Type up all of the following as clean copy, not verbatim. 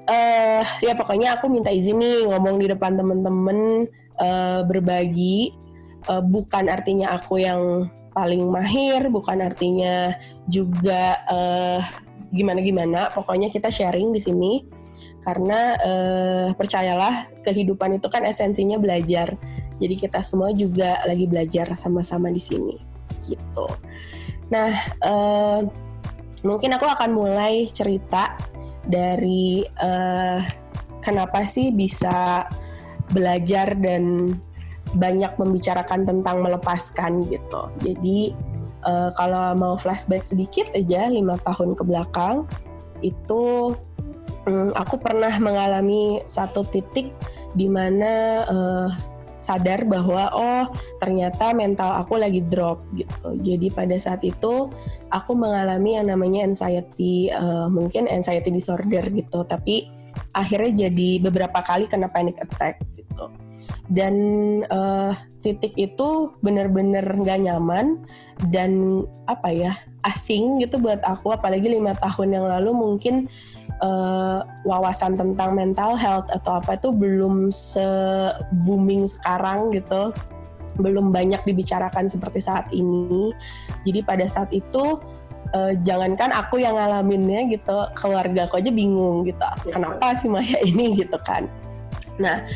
Ya pokoknya aku minta izin nih ngomong di depan temen-temen, berbagi. Bukan artinya aku yang paling mahir, bukan artinya juga gimana-gimana. Pokoknya kita sharing di sini karena percayalah kehidupan itu kan esensinya belajar. Jadi kita semua juga lagi belajar sama-sama di sini, gitu. Nah, mungkin aku akan mulai cerita dari kenapa sih bisa belajar dan banyak membicarakan tentang melepaskan gitu. Jadi kalau mau flashback sedikit aja 5 tahun ke belakang, itu aku pernah mengalami satu titik di mana sadar bahwa ternyata mental aku lagi drop gitu. Jadi pada saat itu aku mengalami yang namanya anxiety, mungkin anxiety disorder gitu. Tapi akhirnya jadi beberapa kali kena panic attack gitu. Dan titik itu benar-benar nggak nyaman dan asing gitu buat aku. Apalagi 5 tahun yang lalu mungkin wawasan tentang mental health atau apa itu belum se-booming sekarang gitu, belum banyak dibicarakan seperti saat ini. Jadi pada saat itu jangankan aku yang ngalaminnya gitu, keluarga aku aja bingung gitu, kenapa sih Maya ini gitu kan. Nah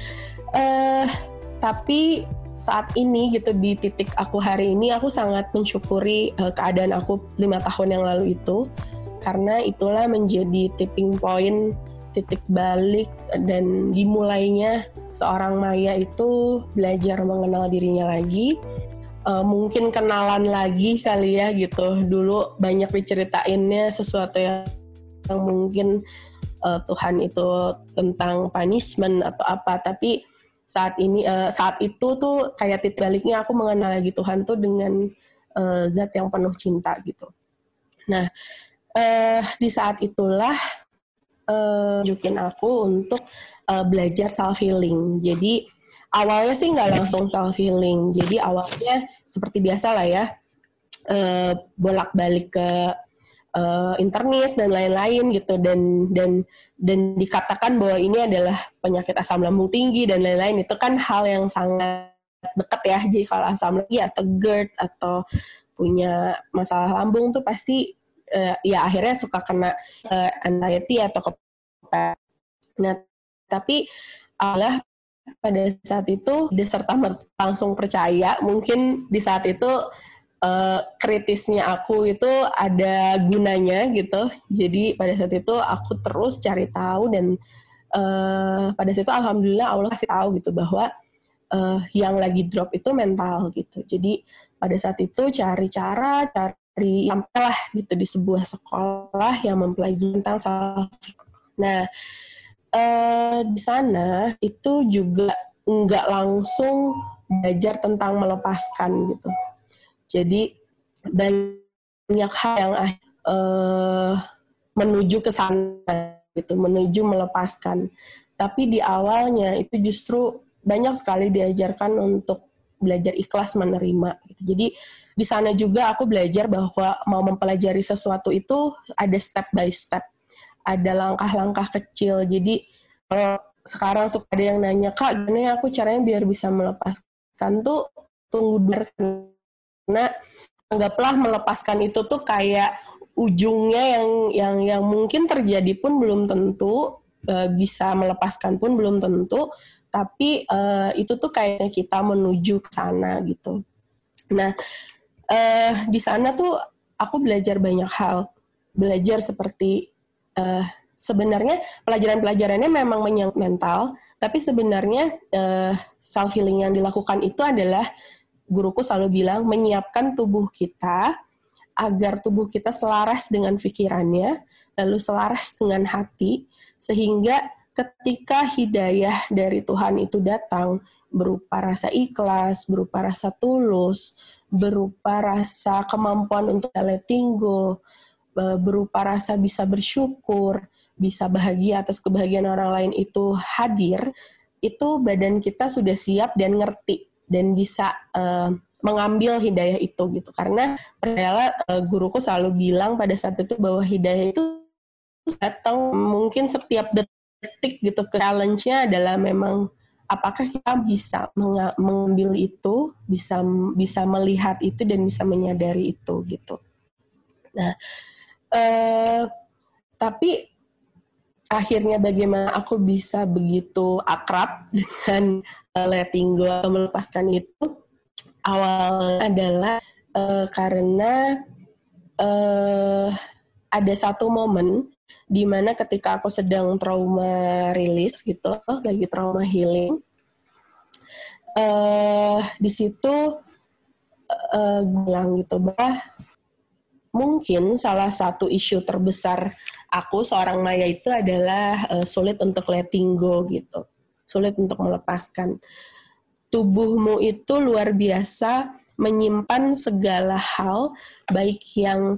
tapi saat ini gitu di titik aku hari ini, aku sangat mensyukuri keadaan aku 5 tahun yang lalu itu. Karena itulah menjadi tipping point, titik balik dan dimulainya seorang Maya itu belajar mengenal dirinya lagi. Mungkin kenalan lagi kali ya gitu. Dulu banyak diceritainnya sesuatu yang mungkin Tuhan itu tentang punishment atau apa. Tapi saat itu tuh kayak titik baliknya aku mengenal lagi Tuhan tuh dengan zat yang penuh cinta gitu. Nah, di saat itulah tunjukin aku untuk belajar self healing. Jadi awalnya sih nggak langsung self healing. Jadi awalnya seperti biasa lah ya, bolak-balik ke internis dan lain-lain gitu, dan dikatakan bahwa ini adalah penyakit asam lambung tinggi dan lain-lain. Itu kan hal yang sangat dekat ya. Jadi kalau asam lambung atau GERD atau punya masalah lambung tuh pasti ya akhirnya suka kena anxiety atau nah, tapi Allah pada saat itu serta langsung percaya. Mungkin di saat itu kritisnya aku itu ada gunanya gitu. Jadi pada saat itu aku terus cari tahu dan pada saat itu alhamdulillah Allah kasih tahu gitu bahwa yang lagi drop itu mental gitu. Jadi pada saat itu cari sampailah gitu di sebuah sekolah yang mempelajari tentang self. Nah, di sana itu juga nggak langsung belajar tentang melepaskan gitu. Jadi banyak hal yang menuju ke sana gitu, menuju melepaskan. Tapi di awalnya itu justru banyak sekali diajarkan untuk belajar ikhlas menerima gitu. Jadi di sana juga aku belajar bahwa mau mempelajari sesuatu itu ada step by step, ada langkah-langkah kecil. Jadi sekarang suka ada yang nanya, Kak, gimana ya aku caranya biar bisa melepaskan tuh, tunggu dulu. Karena anggaplah melepaskan itu tuh kayak ujungnya yang mungkin terjadi pun belum tentu, bisa melepaskan pun belum tentu, tapi itu tuh kayaknya kita menuju ke sana gitu. Nah, di sana tuh aku belajar banyak hal. Belajar seperti sebenarnya pelajaran-pelajarannya memang menyangkut mental, tapi sebenarnya self healing yang dilakukan itu adalah, guruku selalu bilang, menyiapkan tubuh kita agar tubuh kita selaras dengan pikirannya, lalu selaras dengan hati, sehingga ketika hidayah dari Tuhan itu datang, berupa rasa ikhlas, berupa rasa tulus, berupa rasa kemampuan untuk letting go, berupa rasa bisa bersyukur, bisa bahagia atas kebahagiaan orang lain itu hadir, itu badan kita sudah siap dan ngerti dan bisa mengambil hidayah itu gitu. Karena percayalah, guruku selalu bilang pada saat itu bahwa hidayah itu datang mungkin setiap detik detik gitu. Challenge-nya adalah memang apakah kita bisa mengambil itu, bisa melihat itu dan bisa menyadari itu gitu. Nah, tapi akhirnya bagaimana aku bisa begitu akrab dengan letting go atau melepaskan itu, awalnya adalah karena ada satu momen di mana ketika aku sedang trauma rilis gitu, lagi trauma healing, di situ bilang gitu bahwa mungkin salah satu isu terbesar aku seorang Maya itu adalah sulit untuk letting go gitu, sulit untuk melepaskan. Tubuhmu itu luar biasa menyimpan segala hal, baik yang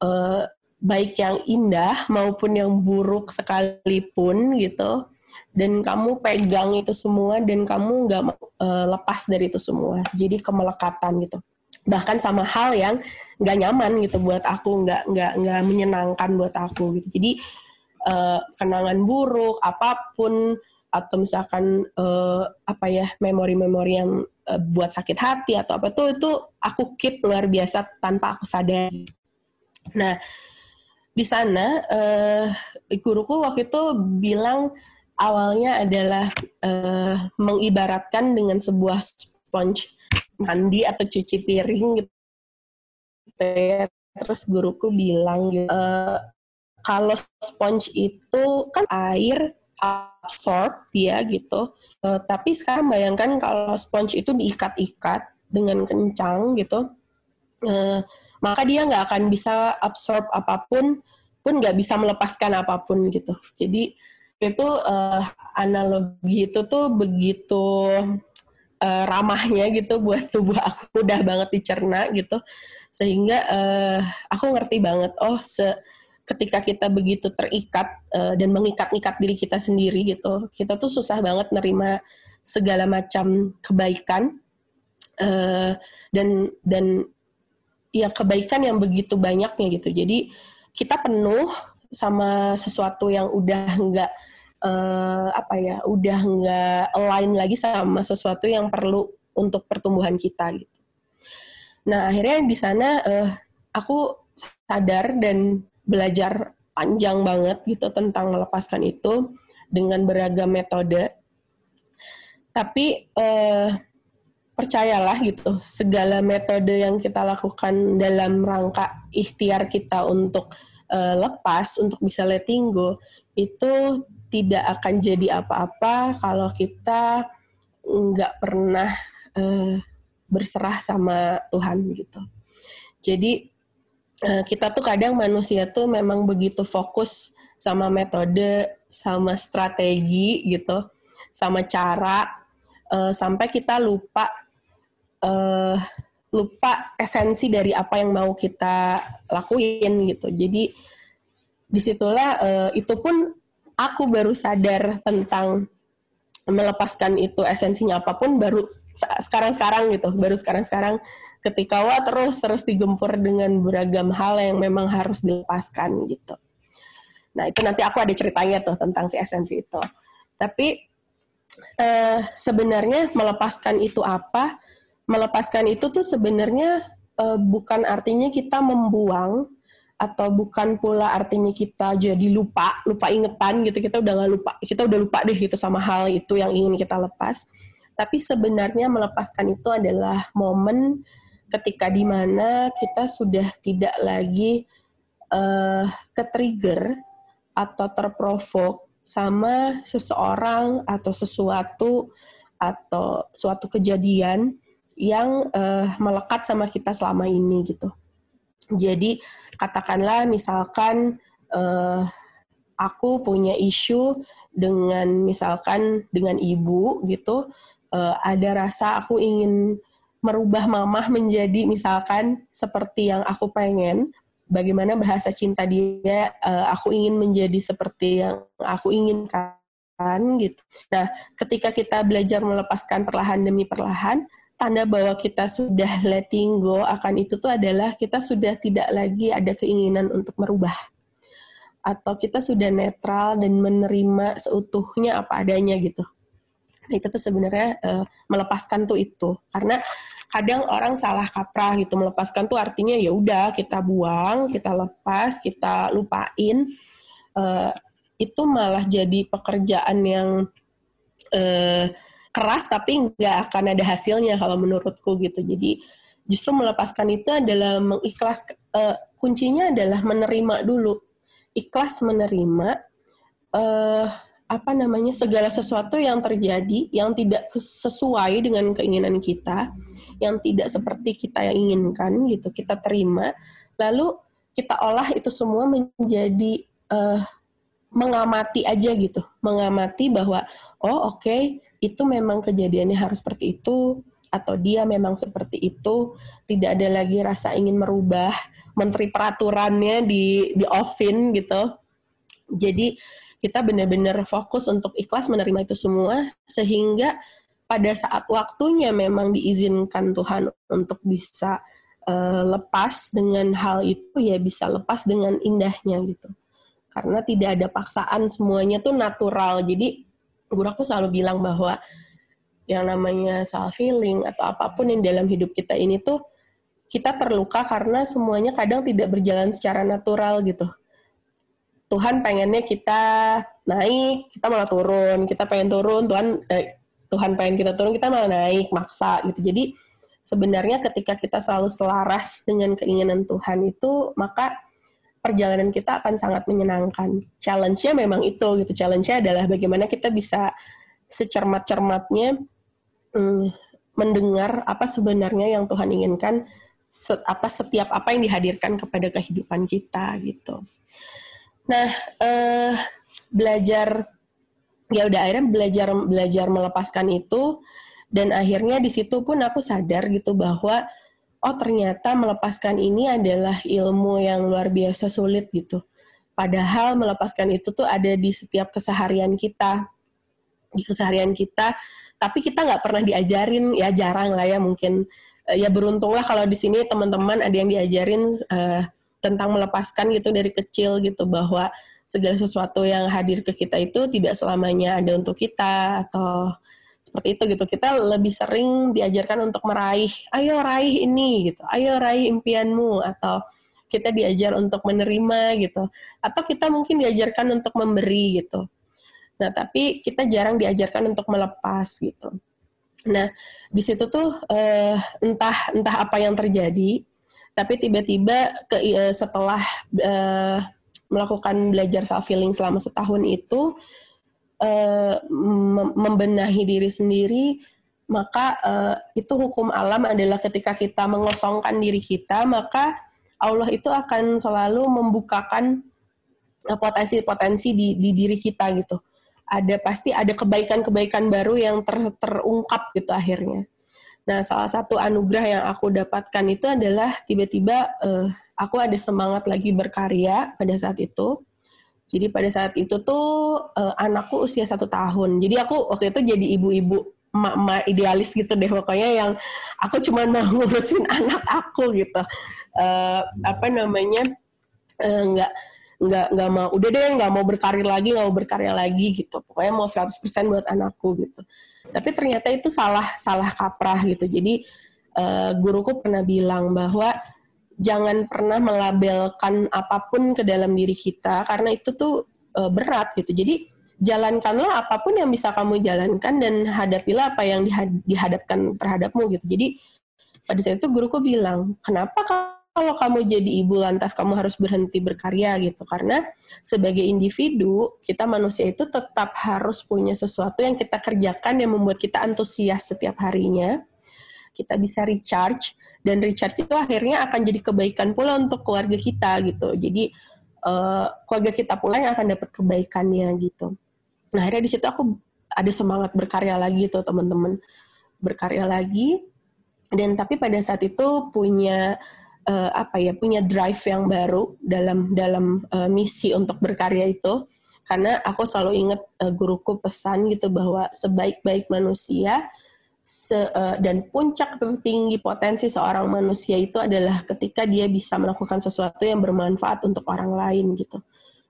indah maupun yang buruk sekalipun gitu, dan kamu pegang itu semua dan kamu nggak lepas dari itu semua, jadi kemelekatan gitu. Bahkan sama hal yang nggak nyaman gitu buat aku, nggak menyenangkan buat aku gitu. Jadi kenangan buruk apapun atau misalkan memori-memori yang buat sakit hati atau apa itu aku keep luar biasa tanpa aku sadari. Nah, di sana guruku waktu itu bilang awalnya adalah mengibaratkan dengan sebuah sponge mandi atau cuci piring gitu ya. Terus guruku bilang gitu, kalau sponge itu kan air absorb dia gitu, tapi sekarang bayangkan kalau sponge itu diikat-ikat dengan kencang gitu, maka dia nggak akan bisa absorb apapun, pun nggak bisa melepaskan apapun gitu. Jadi itu analogi itu tuh begitu ramahnya gitu buat tubuh aku, mudah banget dicerna gitu, sehingga aku ngerti banget ketika kita begitu terikat dan mengikat-ikat diri kita sendiri gitu, kita tuh susah banget nerima segala macam kebaikan dan ya kebaikan yang begitu banyaknya gitu. Jadi kita penuh sama sesuatu yang udah nggak udah nggak align lagi sama sesuatu yang perlu untuk pertumbuhan kita gitu. Nah akhirnya di sana aku sadar dan belajar panjang banget gitu tentang melepaskan itu dengan beragam metode. Tapi percayalah gitu, segala metode yang kita lakukan dalam rangka ikhtiar kita untuk lepas, untuk bisa letting go, itu tidak akan jadi apa-apa kalau kita nggak pernah berserah sama Tuhan gitu. Jadi kita tuh kadang manusia tuh memang begitu fokus sama metode, sama strategi gitu, sama cara, sampai kita lupa esensi dari apa yang mau kita lakuin gitu. Jadi disitulah itu pun aku baru sadar tentang melepaskan itu esensinya apapun baru sekarang gitu, baru sekarang ketika terus digempur dengan beragam hal yang memang harus dilepaskan gitu. Nah itu nanti aku ada ceritanya tuh tentang si esensi itu. Tapi sebenarnya melepaskan itu apa? Melepaskan itu tuh sebenarnya bukan artinya kita membuang, atau bukan pula artinya kita jadi lupa ingetan gitu, kita udah lupa deh gitu sama hal itu yang ingin kita lepas. Tapi sebenarnya melepaskan itu adalah momen ketika dimana kita sudah tidak lagi ke-trigger atau terprovok sama seseorang atau sesuatu atau suatu kejadian yang melekat sama kita selama ini gitu. Jadi katakanlah misalkan aku punya isu dengan ibu gitu, ada rasa aku ingin merubah mamah menjadi misalkan seperti yang aku pengen, bagaimana bahasa cinta dia, aku ingin menjadi seperti yang aku inginkan gitu. Nah, ketika kita belajar melepaskan perlahan demi perlahan, tanda bahwa kita sudah letting go akan itu tuh adalah kita sudah tidak lagi ada keinginan untuk merubah. atau kita sudah netral dan menerima seutuhnya apa adanya gitu. Nah itu tuh sebenarnya melepaskan tuh itu, karena kadang orang salah kaprah gitu, melepaskan tuh artinya ya udah kita buang, kita lepas, kita lupain. Itu malah jadi pekerjaan yang keras tapi nggak akan ada hasilnya kalau menurutku gitu. Jadi justru melepaskan itu adalah kuncinya adalah menerima dulu, ikhlas menerima segala sesuatu yang terjadi yang tidak sesuai dengan keinginan kita, yang tidak seperti kita yang inginkan gitu, kita terima, lalu kita olah itu semua menjadi mengamati aja gitu, mengamati bahwa oke, itu memang kejadiannya harus seperti itu, atau dia memang seperti itu, tidak ada lagi rasa ingin merubah, menteri peraturannya di offin gitu. Jadi kita benar-benar fokus untuk ikhlas menerima itu semua, sehingga pada saat waktunya memang diizinkan Tuhan untuk bisa lepas dengan hal itu, ya bisa lepas dengan indahnya gitu. Karena tidak ada paksaan, semuanya tuh natural. Jadi guru aku selalu bilang bahwa yang namanya self healing atau apapun yang dalam hidup kita ini tuh, kita terluka karena semuanya kadang tidak berjalan secara natural gitu. Tuhan pengennya kita naik, kita malah turun. Kita pengen turun, Tuhan pengen kita turun, kita malah naik, maksa gitu. Jadi sebenarnya ketika kita selalu selaras dengan keinginan Tuhan itu, maka perjalanan kita akan sangat menyenangkan. Challenge-nya memang itu gitu. Challenge-nya adalah bagaimana kita bisa secermat-cermatnya mendengar apa sebenarnya yang Tuhan inginkan atas setiap apa yang dihadirkan kepada kehidupan kita gitu. Nah, akhirnya belajar melepaskan itu, dan akhirnya di situ pun aku sadar gitu bahwa ternyata melepaskan ini adalah ilmu yang luar biasa sulit gitu. Padahal melepaskan itu tuh ada di setiap keseharian kita. Di keseharian kita, tapi kita nggak pernah diajarin, ya jarang lah ya mungkin. Ya beruntunglah kalau di sini teman-teman ada yang diajarin tentang melepaskan gitu dari kecil gitu, bahwa segala sesuatu yang hadir ke kita itu tidak selamanya ada untuk kita, atau seperti itu gitu. Kita lebih sering diajarkan untuk meraih, ayo raih ini gitu, ayo raih impianmu, atau kita diajar untuk menerima gitu, atau kita mungkin diajarkan untuk memberi gitu. Nah tapi kita jarang diajarkan untuk melepas gitu. Nah di situ tuh entah apa yang terjadi, tapi tiba-tiba setelah melakukan belajar self healing selama setahun itu, membenahi diri sendiri, maka itu hukum alam adalah ketika kita mengosongkan diri kita, maka Allah itu akan selalu membukakan potensi-potensi di diri kita gitu. Pasti ada kebaikan-kebaikan baru yang terungkap gitu akhirnya. Nah, salah satu anugerah yang aku dapatkan itu adalah tiba-tiba aku ada semangat lagi berkarya pada saat itu. Jadi pada saat itu tuh anakku usia 1 tahun. Jadi aku waktu itu jadi ibu-ibu emak-emak idealis gitu deh pokoknya, yang aku cuma mau ngurusin anak aku gitu. Nggak mau, udah deh nggak mau berkarya lagi gitu. Pokoknya mau 100% buat anakku gitu. Tapi ternyata itu salah kaprah gitu. Jadi guruku pernah bilang bahwa jangan pernah melabelkan apapun ke dalam diri kita, karena itu tuh berat gitu. Jadi jalankanlah apapun yang bisa kamu jalankan, dan hadapilah apa yang dihadapkan terhadapmu gitu. Jadi pada saat itu guruku bilang, kenapa kalau kamu jadi ibu lantas kamu harus berhenti berkarya gitu? Karena sebagai individu, kita manusia itu tetap harus punya sesuatu yang kita kerjakan yang membuat kita antusias setiap harinya. Kita bisa recharge, dan recharge itu akhirnya akan jadi kebaikan pula untuk keluarga kita gitu. Jadi keluarga kita pula yang akan dapat kebaikannya gitu. Nah akhirnya di situ aku ada semangat berkarya lagi tuh teman-teman, berkarya lagi. Dan tapi pada saat itu punya punya drive yang baru dalam misi untuk berkarya itu, karena aku selalu ingat guruku pesan gitu bahwa sebaik-baik manusia dan puncak tertinggi potensi seorang manusia itu adalah ketika dia bisa melakukan sesuatu yang bermanfaat untuk orang lain gitu.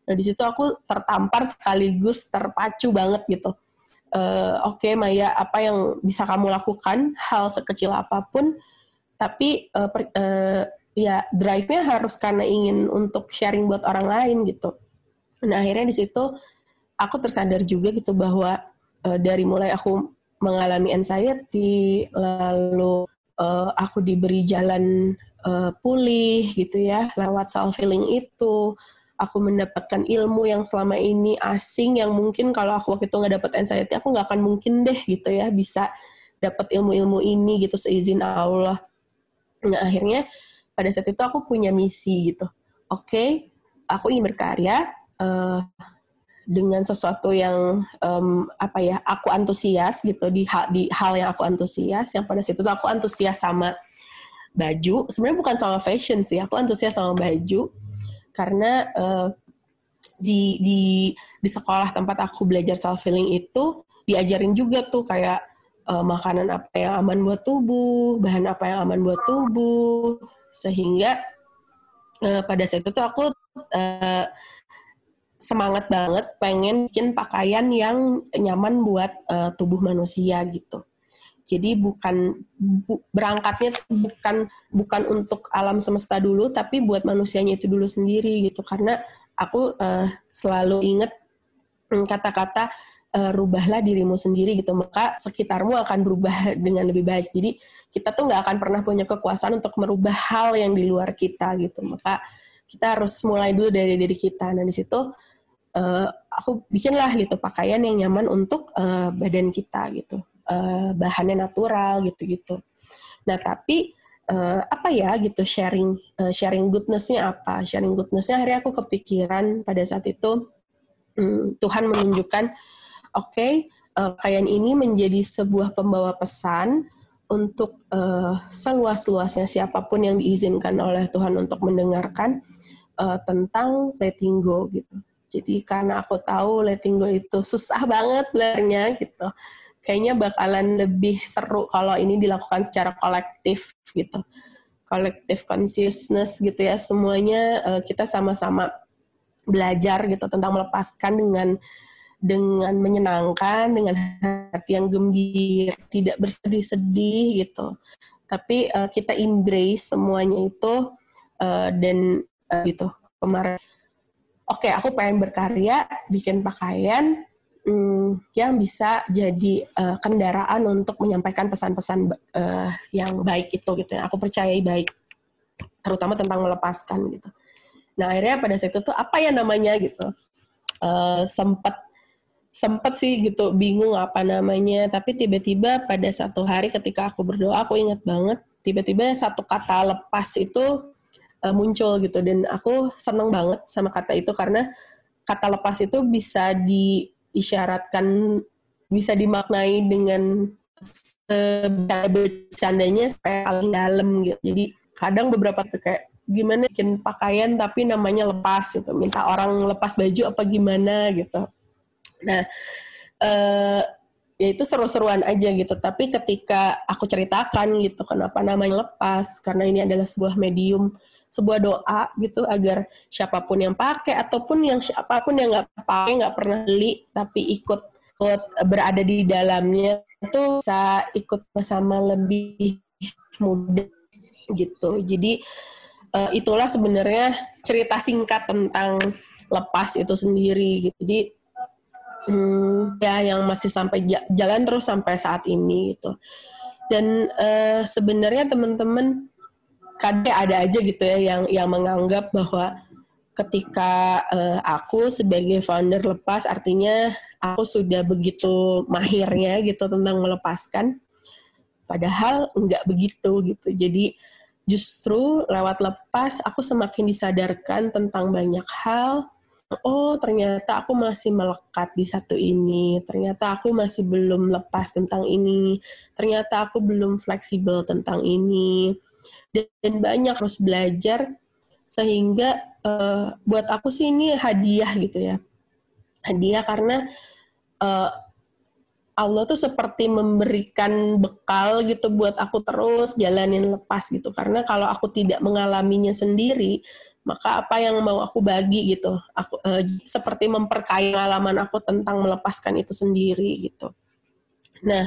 Nah di situ aku tertampar sekaligus terpacu banget gitu. Oke, Maya, apa yang bisa kamu lakukan, hal sekecil apapun, tapi ya drive-nya harus karena ingin untuk sharing buat orang lain gitu. Nah akhirnya di situ aku tersadar juga gitu bahwa dari mulai aku mengalami anxiety, lalu aku diberi jalan pulih gitu ya lewat self healing itu. Aku mendapatkan ilmu yang selama ini asing, yang mungkin kalau aku waktu itu nggak dapat anxiety, aku nggak akan mungkin deh gitu ya bisa dapat ilmu-ilmu ini gitu seizin Allah. Nah akhirnya pada saat itu aku punya misi gitu. Oke, aku ingin berkarya dengan sesuatu yang aku antusias gitu di hal yang aku antusias. Yang pada situ tuh aku antusias sama baju. Sebenarnya bukan sama fashion sih, aku antusias sama baju karena di sekolah tempat aku belajar self healing itu diajarin juga tuh kayak makanan apa yang aman buat tubuh, bahan apa yang aman buat tubuh, sehingga pada saat itu tuh aku semangat banget pengen bikin pakaian yang nyaman buat tubuh manusia gitu. Jadi berangkatnya bukan untuk alam semesta dulu, tapi buat manusianya itu dulu sendiri gitu. Karena aku selalu inget kata-kata rubahlah dirimu sendiri gitu, maka sekitarmu akan berubah dengan lebih baik. Jadi kita tuh nggak akan pernah punya kekuasaan untuk merubah hal yang di luar kita gitu. Maka kita harus mulai dulu dari diri kita. Nah di situ aku bikinlah gitu pakaian yang nyaman untuk badan kita gitu, bahannya natural gitu-gitu. Nah tapi apa ya gitu sharing goodness-nya apa? Sharing goodness-nya akhirnya aku kepikiran pada saat itu Tuhan menunjukkan, oke, pakaian ini menjadi sebuah pembawa pesan untuk seluas-luasnya siapapun yang diizinkan oleh Tuhan untuk mendengarkan tentang letting go gitu. Jadi karena aku tahu letting go itu susah banget belajarnya gitu. Kayaknya bakalan lebih seru kalau ini dilakukan secara kolektif gitu. Collective consciousness gitu ya. Semuanya kita sama-sama belajar gitu tentang melepaskan dengan menyenangkan, dengan hati yang gembira, tidak bersedih-sedih gitu. Tapi kita embrace semuanya itu dan gitu kemarin. Oke, aku pengen berkarya, bikin pakaian yang bisa jadi kendaraan untuk menyampaikan pesan-pesan yang baik itu gitu ya. Aku percayai baik, terutama tentang melepaskan gitu. Nah akhirnya pada saat itu tuh apa ya namanya gitu, sempet sih gitu bingung apa namanya. Tapi tiba-tiba pada satu hari ketika aku berdoa, aku ingat banget tiba-tiba satu kata lepas itu muncul gitu, dan aku seneng banget sama kata itu karena kata lepas itu bisa diisyaratkan, bisa dimaknai dengan bercandanya sampai paling dalam gitu. Jadi kadang beberapa tuh kayak gimana bikin pakaian tapi namanya lepas gitu, minta orang lepas baju apa gimana gitu. Nah ya itu seru-seruan aja gitu. Tapi ketika aku ceritakan gitu kenapa namanya lepas, karena ini adalah sebuah medium, sebuah doa gitu agar siapapun yang pakai ataupun yang siapapun yang nggak pakai, nggak pernah beli tapi ikut berada di dalamnya itu bisa ikut bersama lebih mudah gitu. Jadi itulah sebenarnya cerita singkat tentang lepas itu sendiri gitu. Jadi ya yang masih sampai jalan terus sampai saat ini gitu. Dan sebenarnya teman-teman kadang ada aja gitu ya yang menganggap bahwa ketika aku sebagai founder lepas artinya aku sudah begitu mahirnya gitu tentang melepaskan, padahal enggak begitu gitu. Jadi justru lewat lepas aku semakin disadarkan tentang banyak hal. Oh ternyata aku masih melekat di satu ini, ternyata aku masih belum lepas tentang ini, ternyata aku belum fleksibel tentang ini, dan banyak harus belajar. Sehingga buat aku sih ini hadiah gitu ya, hadiah karena Allah tuh seperti memberikan bekal gitu buat aku terus jalanin lepas gitu. Karena kalau aku tidak mengalaminya sendiri, Maka apa yang mau aku bagi gitu, aku seperti memperkaya pengalaman aku tentang melepaskan itu sendiri gitu. Nah,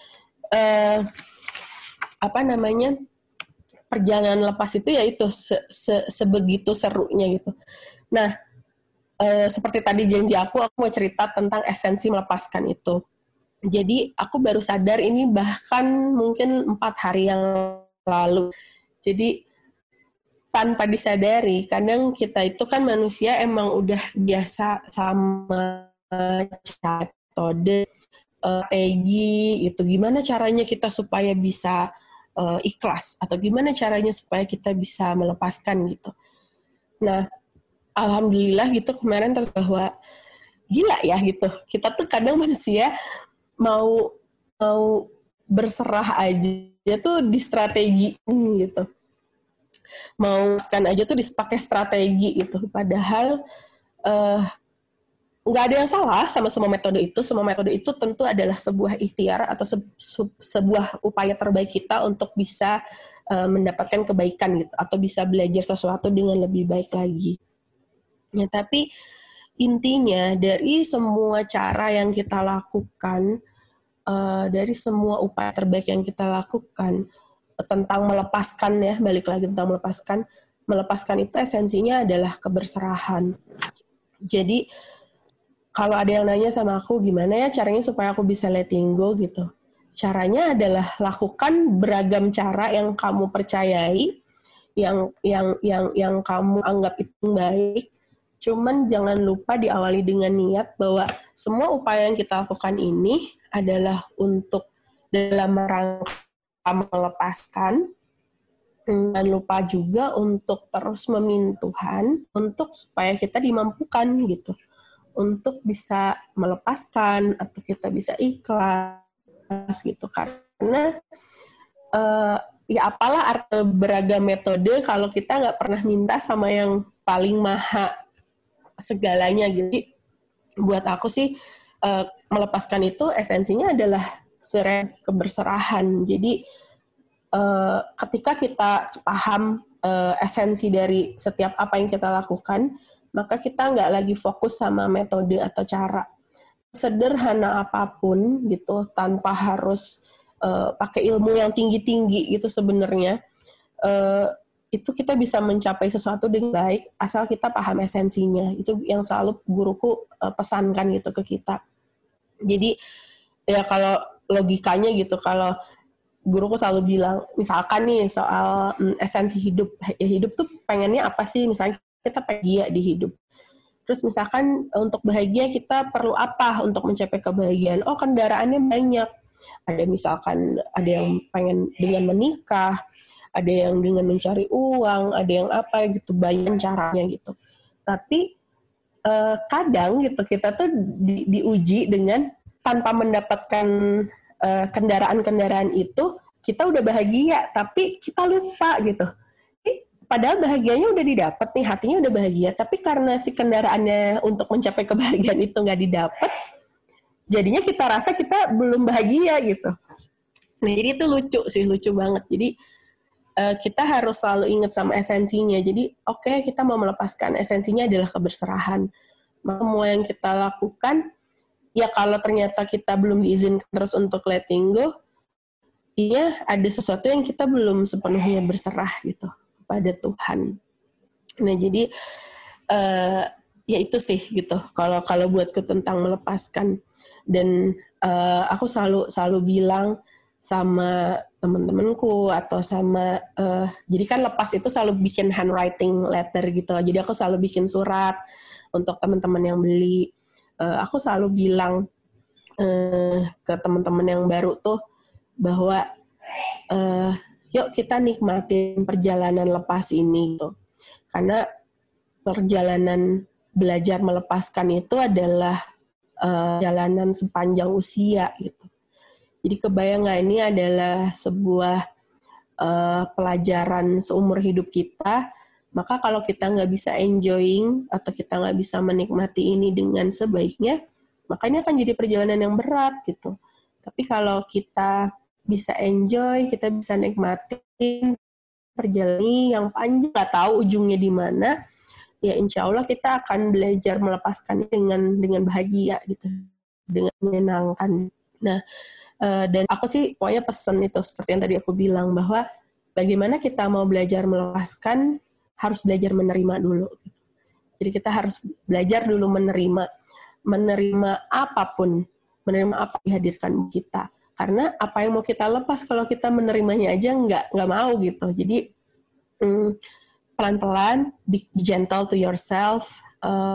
apa namanya, perjalanan lepas itu ya itu sebegitu serunya gitu. Nah, seperti tadi janji aku mau cerita tentang esensi melepaskan itu. Jadi aku baru sadar ini bahkan mungkin 4 hari yang lalu. Jadi tanpa disadari, kadang kita itu kan manusia emang udah biasa sama metode, strategi gitu. Gimana caranya kita supaya bisa ikhlas atau gimana caranya supaya kita bisa melepaskan gitu. Nah, alhamdulillah gitu kemarin terus bahwa gila ya gitu. Kita tuh kadang manusia mau mau berserah aja tuh di strategi gitu. Mau scan aja tuh dipakai strategi gitu. Padahal nggak ada yang salah sama semua metode itu. Semua metode itu tentu adalah sebuah ikhtiar atau sebuah upaya terbaik kita untuk bisa mendapatkan kebaikan gitu, atau bisa belajar sesuatu dengan lebih baik lagi. Ya, tapi intinya dari semua cara yang kita lakukan, dari semua upaya terbaik yang kita lakukan tentang melepaskan ya, balik lagi tentang melepaskan itu esensinya adalah keberserahan. Jadi kalau ada yang nanya sama aku gimana ya caranya supaya aku bisa letting go gitu, caranya adalah lakukan beragam cara yang kamu percayai, yang kamu anggap itu baik. Cuman jangan lupa diawali dengan niat bahwa semua upaya yang kita lakukan ini adalah untuk dalam rangka melepaskan. Jangan lupa juga untuk terus meminta Tuhan untuk supaya kita dimampukan gitu, untuk bisa melepaskan atau kita bisa ikhlas gitu. Karena ya apalah arti beragam metode kalau kita nggak pernah minta sama yang paling maha segalanya gitu. Jadi buat aku sih melepaskan itu esensinya adalah keberserahan. Jadi ketika kita paham esensi dari setiap apa yang kita lakukan, maka kita nggak lagi fokus sama metode atau cara. Sederhana apapun gitu, tanpa harus pakai ilmu yang tinggi-tinggi gitu sebenarnya, itu kita bisa mencapai sesuatu dengan baik asal kita paham esensinya. Itu yang selalu guruku pesankan gitu ke kita. Jadi ya kalau logikanya gitu, kalau guruku selalu bilang, misalkan nih soal esensi hidup, ya hidup tuh pengennya apa sih? Misalnya kita bahagia di hidup. Terus misalkan untuk bahagia kita perlu apa untuk mencapai kebahagiaan? Oh, kendaraannya banyak. Ada misalkan ada yang pengen dengan menikah, ada yang dengan mencari uang, ada yang apa gitu, banyak caranya gitu. Tapi kadang gitu kita tuh diuji dengan tanpa mendapatkan kendaraan-kendaraan itu, kita udah bahagia, tapi kita lupa gitu. Padahal bahagianya udah didapat nih, hatinya udah bahagia, tapi karena si kendaraannya untuk mencapai kebahagiaan itu nggak didapat, jadinya kita rasa kita belum bahagia gitu. Nah, jadi itu lucu banget. Jadi kita harus selalu ingat sama esensinya. Jadi oke, kita mau melepaskan, esensinya adalah keberserahan. Semua yang kita lakukan, ya kalau ternyata kita belum diizinkan terus untuk letting go, iya ada sesuatu yang kita belum sepenuhnya berserah gitu pada Tuhan. Nah jadi ya itu sih gitu. Kalau buatku tentang melepaskan, dan aku selalu bilang sama teman-temanku atau sama jadi kan lepas itu selalu bikin handwriting letter gitu. Jadi aku selalu bikin surat untuk teman-teman yang beli. Aku selalu bilang ke teman-teman yang baru tuh bahwa yuk kita nikmatin perjalanan lepas ini tuh. Karena perjalanan belajar melepaskan itu adalah perjalanan sepanjang usia gitu. Jadi kebayang nggak, ini adalah sebuah pelajaran seumur hidup kita. Maka kalau kita nggak bisa enjoying atau kita nggak bisa menikmati ini dengan sebaiknya, maka ini akan jadi perjalanan yang berat gitu. Tapi kalau kita bisa enjoy, kita bisa nikmatin, perjalanan yang panjang, nggak tahu ujungnya di mana, ya insya Allah kita akan belajar melepaskan dengan bahagia gitu, dengan menyenangkan. Nah, dan aku sih pokoknya pesan itu seperti yang tadi aku bilang, bahwa bagaimana kita mau belajar melepaskan, harus belajar menerima dulu. Jadi kita harus belajar dulu menerima apapun, menerima apa yang dihadirkan kita. Karena apa yang mau kita lepas kalau kita menerimanya aja nggak mau gitu. Jadi pelan-pelan, be gentle to yourself.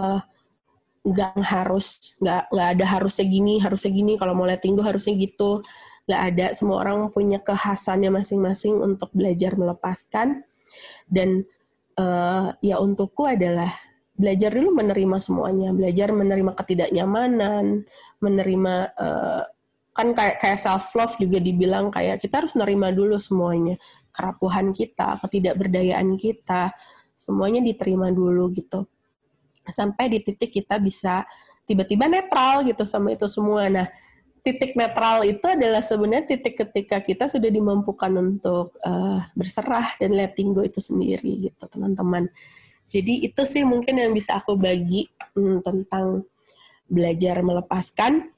Nggak ada harusnya gini, kalau mau letting go harusnya gitu. Nggak ada, semua orang punya kekhasannya masing-masing untuk belajar melepaskan. Dan ya untukku adalah belajar dulu menerima semuanya, belajar menerima ketidaknyamanan, menerima kan kayak self love juga dibilang kayak kita harus nerima dulu semuanya, kerapuhan kita, ketidakberdayaan kita, semuanya diterima dulu gitu, sampai di titik kita bisa tiba-tiba netral gitu sama itu semua. Nah, titik netral itu adalah sebenarnya titik ketika kita sudah dimampukan untuk berserah dan letting go itu sendiri gitu, teman-teman. Jadi itu sih mungkin yang bisa aku bagi tentang belajar melepaskan,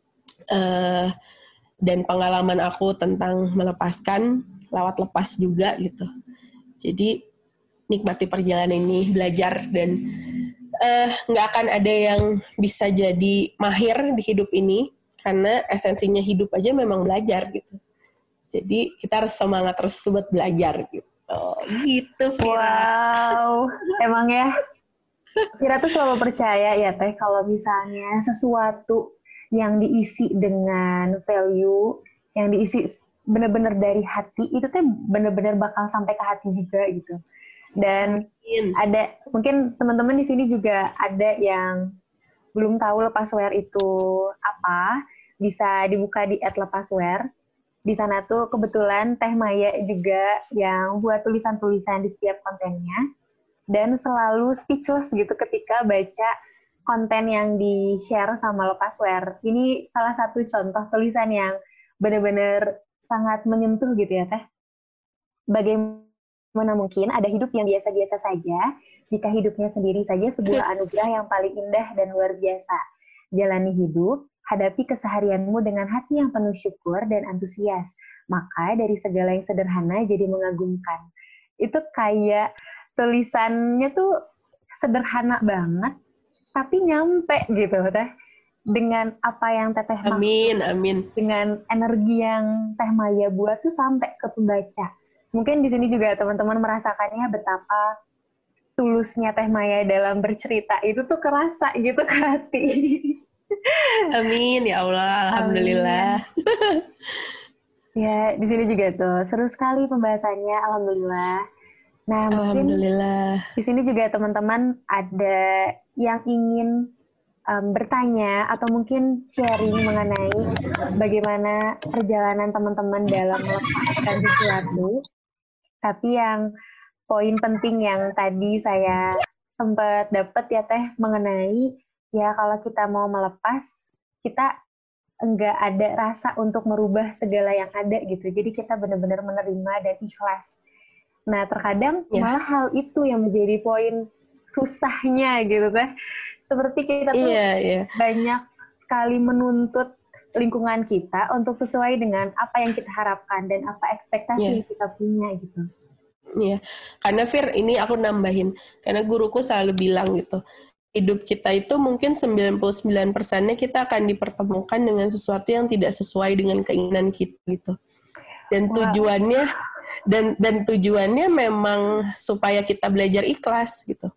dan pengalaman aku tentang melepaskan lewat lepas juga gitu. Jadi nikmati perjalanan ini, belajar, dan nggak akan ada yang bisa jadi mahir di hidup ini, karena esensinya hidup aja memang belajar gitu. Jadi kita harus semangat terus buat belajar gitu. Gitu, Vira. Wow, emang ya. Vira tuh selalu percaya ya Teh, kalau misalnya sesuatu yang diisi dengan value, yang diisi benar-benar dari hati, itu tuh benar-benar bakal sampai ke hati juga gitu. Dan ada, mungkin teman-teman di sini juga ada yang belum tahu Lepaswear itu apa, bisa dibuka di @lepaswear. Di sana tuh kebetulan Teh Maya juga yang buat tulisan-tulisan di setiap kontennya, dan selalu speechless gitu ketika baca konten yang di-share sama Lepaswear. Ini salah satu contoh tulisan yang benar-benar sangat menyentuh gitu ya Teh. Bagaimana mungkin ada hidup yang biasa-biasa saja, jika hidupnya sendiri saja sebuah anugerah yang paling indah dan luar biasa. Jalani hidup, hadapi keseharianmu dengan hati yang penuh syukur dan antusias. Maka dari segala yang sederhana jadi mengagumkan. Itu kayak tulisannya tuh sederhana banget, tapi nyampe gitu Teh. Dengan apa yang Teteh maksud. Amin. Dengan energi yang Teh Maya buat tuh sampai ke pembaca. Mungkin di sini juga teman-teman merasakannya betapa tulusnya Teh Maya dalam bercerita itu tuh kerasa gitu ke hati. Amin ya Allah, alhamdulillah. Ya, di sini juga tuh seru sekali pembahasannya, alhamdulillah. Nah, mungkin di sini juga teman-teman ada yang ingin bertanya atau mungkin sharing mengenai bagaimana perjalanan teman-teman dalam melepaskan sesuatu. Tapi yang poin penting yang tadi saya sempat dapat ya Teh, mengenai ya kalau kita mau melepas, kita enggak ada rasa untuk merubah segala yang ada gitu. Jadi kita benar-benar menerima dan ikhlas. Nah, terkadang malah hal itu yang menjadi poin susahnya gitu Teh. Seperti kita tuh banyak sekali menuntut lingkungan kita untuk sesuai dengan apa yang kita harapkan dan apa ekspektasi yang kita punya gitu. Iya, karena Fir, ini aku nambahin, karena guruku selalu bilang gitu, hidup kita itu mungkin 99%-nya kita akan dipertemukan dengan sesuatu yang tidak sesuai dengan keinginan kita gitu. Dan tujuannya dan tujuannya memang supaya kita belajar ikhlas gitu.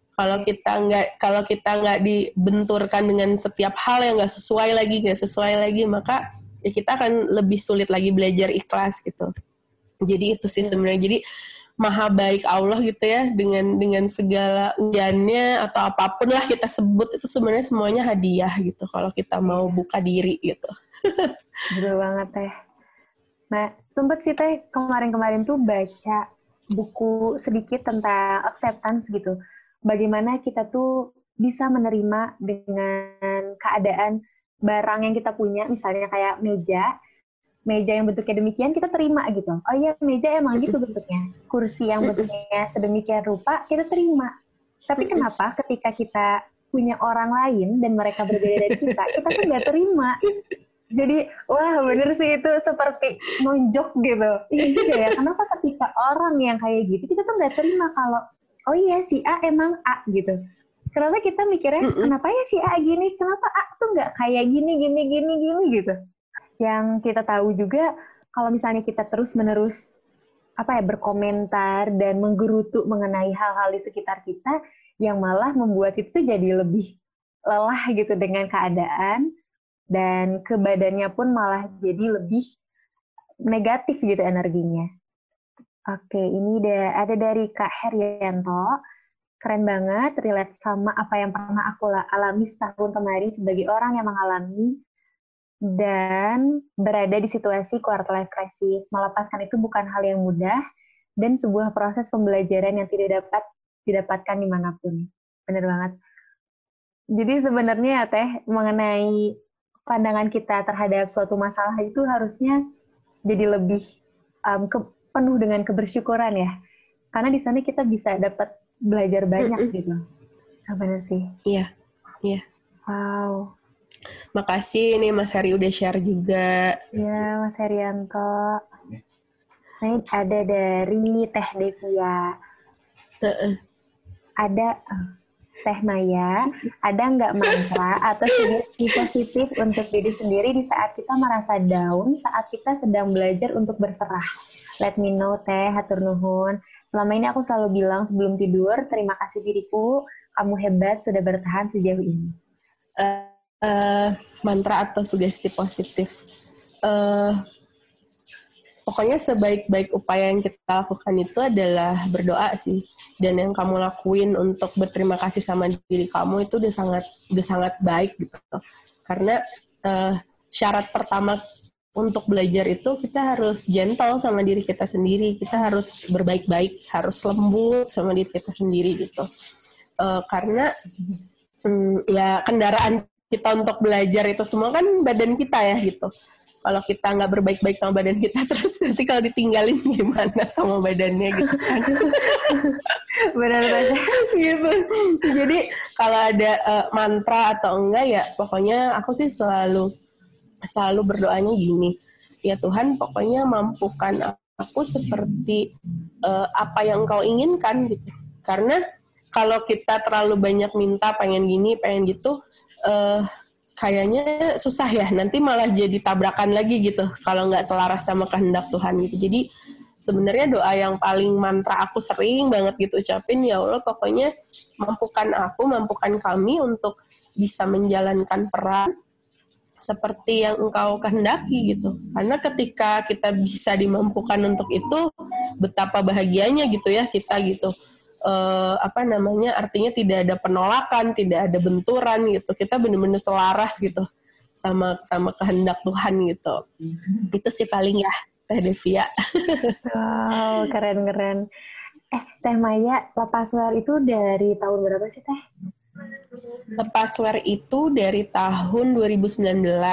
Kalau kita nggak dibenturkan dengan setiap hal yang nggak sesuai lagi, maka ya kita akan lebih sulit lagi belajar ikhlas gitu. Jadi itu sih sebenarnya. Jadi maha baik Allah gitu ya, dengan segala ujiannya atau apapun lah kita sebut, itu sebenarnya semuanya hadiah gitu kalau kita mau buka diri gitu. Betul banget Teh. Nah, sempet sih Teh kemarin-kemarin tuh baca buku sedikit tentang acceptance gitu. Bagaimana kita tuh bisa menerima dengan keadaan barang yang kita punya, misalnya kayak meja, meja yang bentuknya demikian kita terima gitu. Oh iya, meja emang gitu bentuknya. Kursi yang bentuknya sedemikian rupa kita terima. Tapi kenapa ketika kita punya orang lain dan mereka berbeda dari kita tuh nggak terima. Jadi, wah bener sih itu seperti nonjok gitu. Iya juga ya, kenapa ketika orang yang kayak gitu, kita tuh nggak terima kalau, oh iya si A emang A gitu. Kenapa kita mikirnya, kenapa ya si A gini, kenapa A tuh nggak kayak gini gitu. Yang kita tahu juga, kalau misalnya kita terus-menerus berkomentar dan menggerutu mengenai hal-hal di sekitar kita, yang malah membuat itu tuh jadi lebih lelah gitu dengan keadaan, dan ke badannya pun malah jadi lebih negatif gitu energinya. Oke, ini ada dari Kak Herianto. Keren banget, relate sama apa yang pernah aku alami setahun kemarin sebagai orang yang mengalami dan berada di situasi quarter life crisis. Melepaskan itu bukan hal yang mudah dan sebuah proses pembelajaran yang tidak dapat didapatkan dimanapun. Benar banget. Jadi sebenarnya ya Teh, mengenai pandangan kita terhadap suatu masalah itu harusnya jadi lebih penuh dengan kebersyukuran ya. Karena di sana kita bisa dapat belajar banyak gitu. Benar sih. Iya. Wow. Makasih nih Mas Heri udah share juga. Iya, Mas Herianto. Ini ada dari Teh Devia. Ada Teh Maya, ada nggak mantra atau sugesti positif untuk diri sendiri di saat kita merasa down, saat kita sedang belajar untuk berserah? Let me know Teh, hatur nuhun. Selama ini aku selalu bilang sebelum tidur, terima kasih diriku, kamu hebat sudah bertahan sejauh ini. Mantra atau sugesti positif. Pokoknya sebaik-baik upaya yang kita lakukan itu adalah berdoa sih. Dan yang kamu lakuin untuk berterima kasih sama diri kamu itu udah sangat baik gitu. Karena syarat pertama untuk belajar itu kita harus gentle sama diri kita sendiri. Kita harus berbaik-baik, harus lembut sama diri kita sendiri gitu. Karena ya kendaraan kita untuk belajar itu semua kan badan kita ya gitu. Kalau kita nggak berbaik-baik sama badan kita, terus nanti kalau ditinggalin gimana sama badannya gitu kan. Benar banget. Gitu. Jadi kalau ada mantra atau enggak ya pokoknya aku sih selalu berdoanya gini. Ya Tuhan pokoknya mampukan aku seperti apa yang Engkau inginkan gitu. Karena kalau kita terlalu banyak minta pengen gini, pengen gitu, kayaknya susah ya, nanti malah jadi tabrakan lagi gitu kalau nggak selaras sama kehendak Tuhan gitu. Jadi sebenarnya doa yang paling mantra aku sering banget gitu ucapin, ya Allah pokoknya mampukan kami untuk bisa menjalankan peran seperti yang Engkau kehendaki gitu. Karena ketika kita bisa dimampukan untuk itu, betapa bahagianya gitu ya kita gitu. Artinya tidak ada penolakan, tidak ada benturan gitu. Kita benar-benar selaras gitu sama kehendak Tuhan gitu. Itu sih paling ya Teh Devia. Wow, keren. Teh Maya, Lepaswear itu dari tahun berapa sih Teh? Lepaswear itu dari tahun 2019.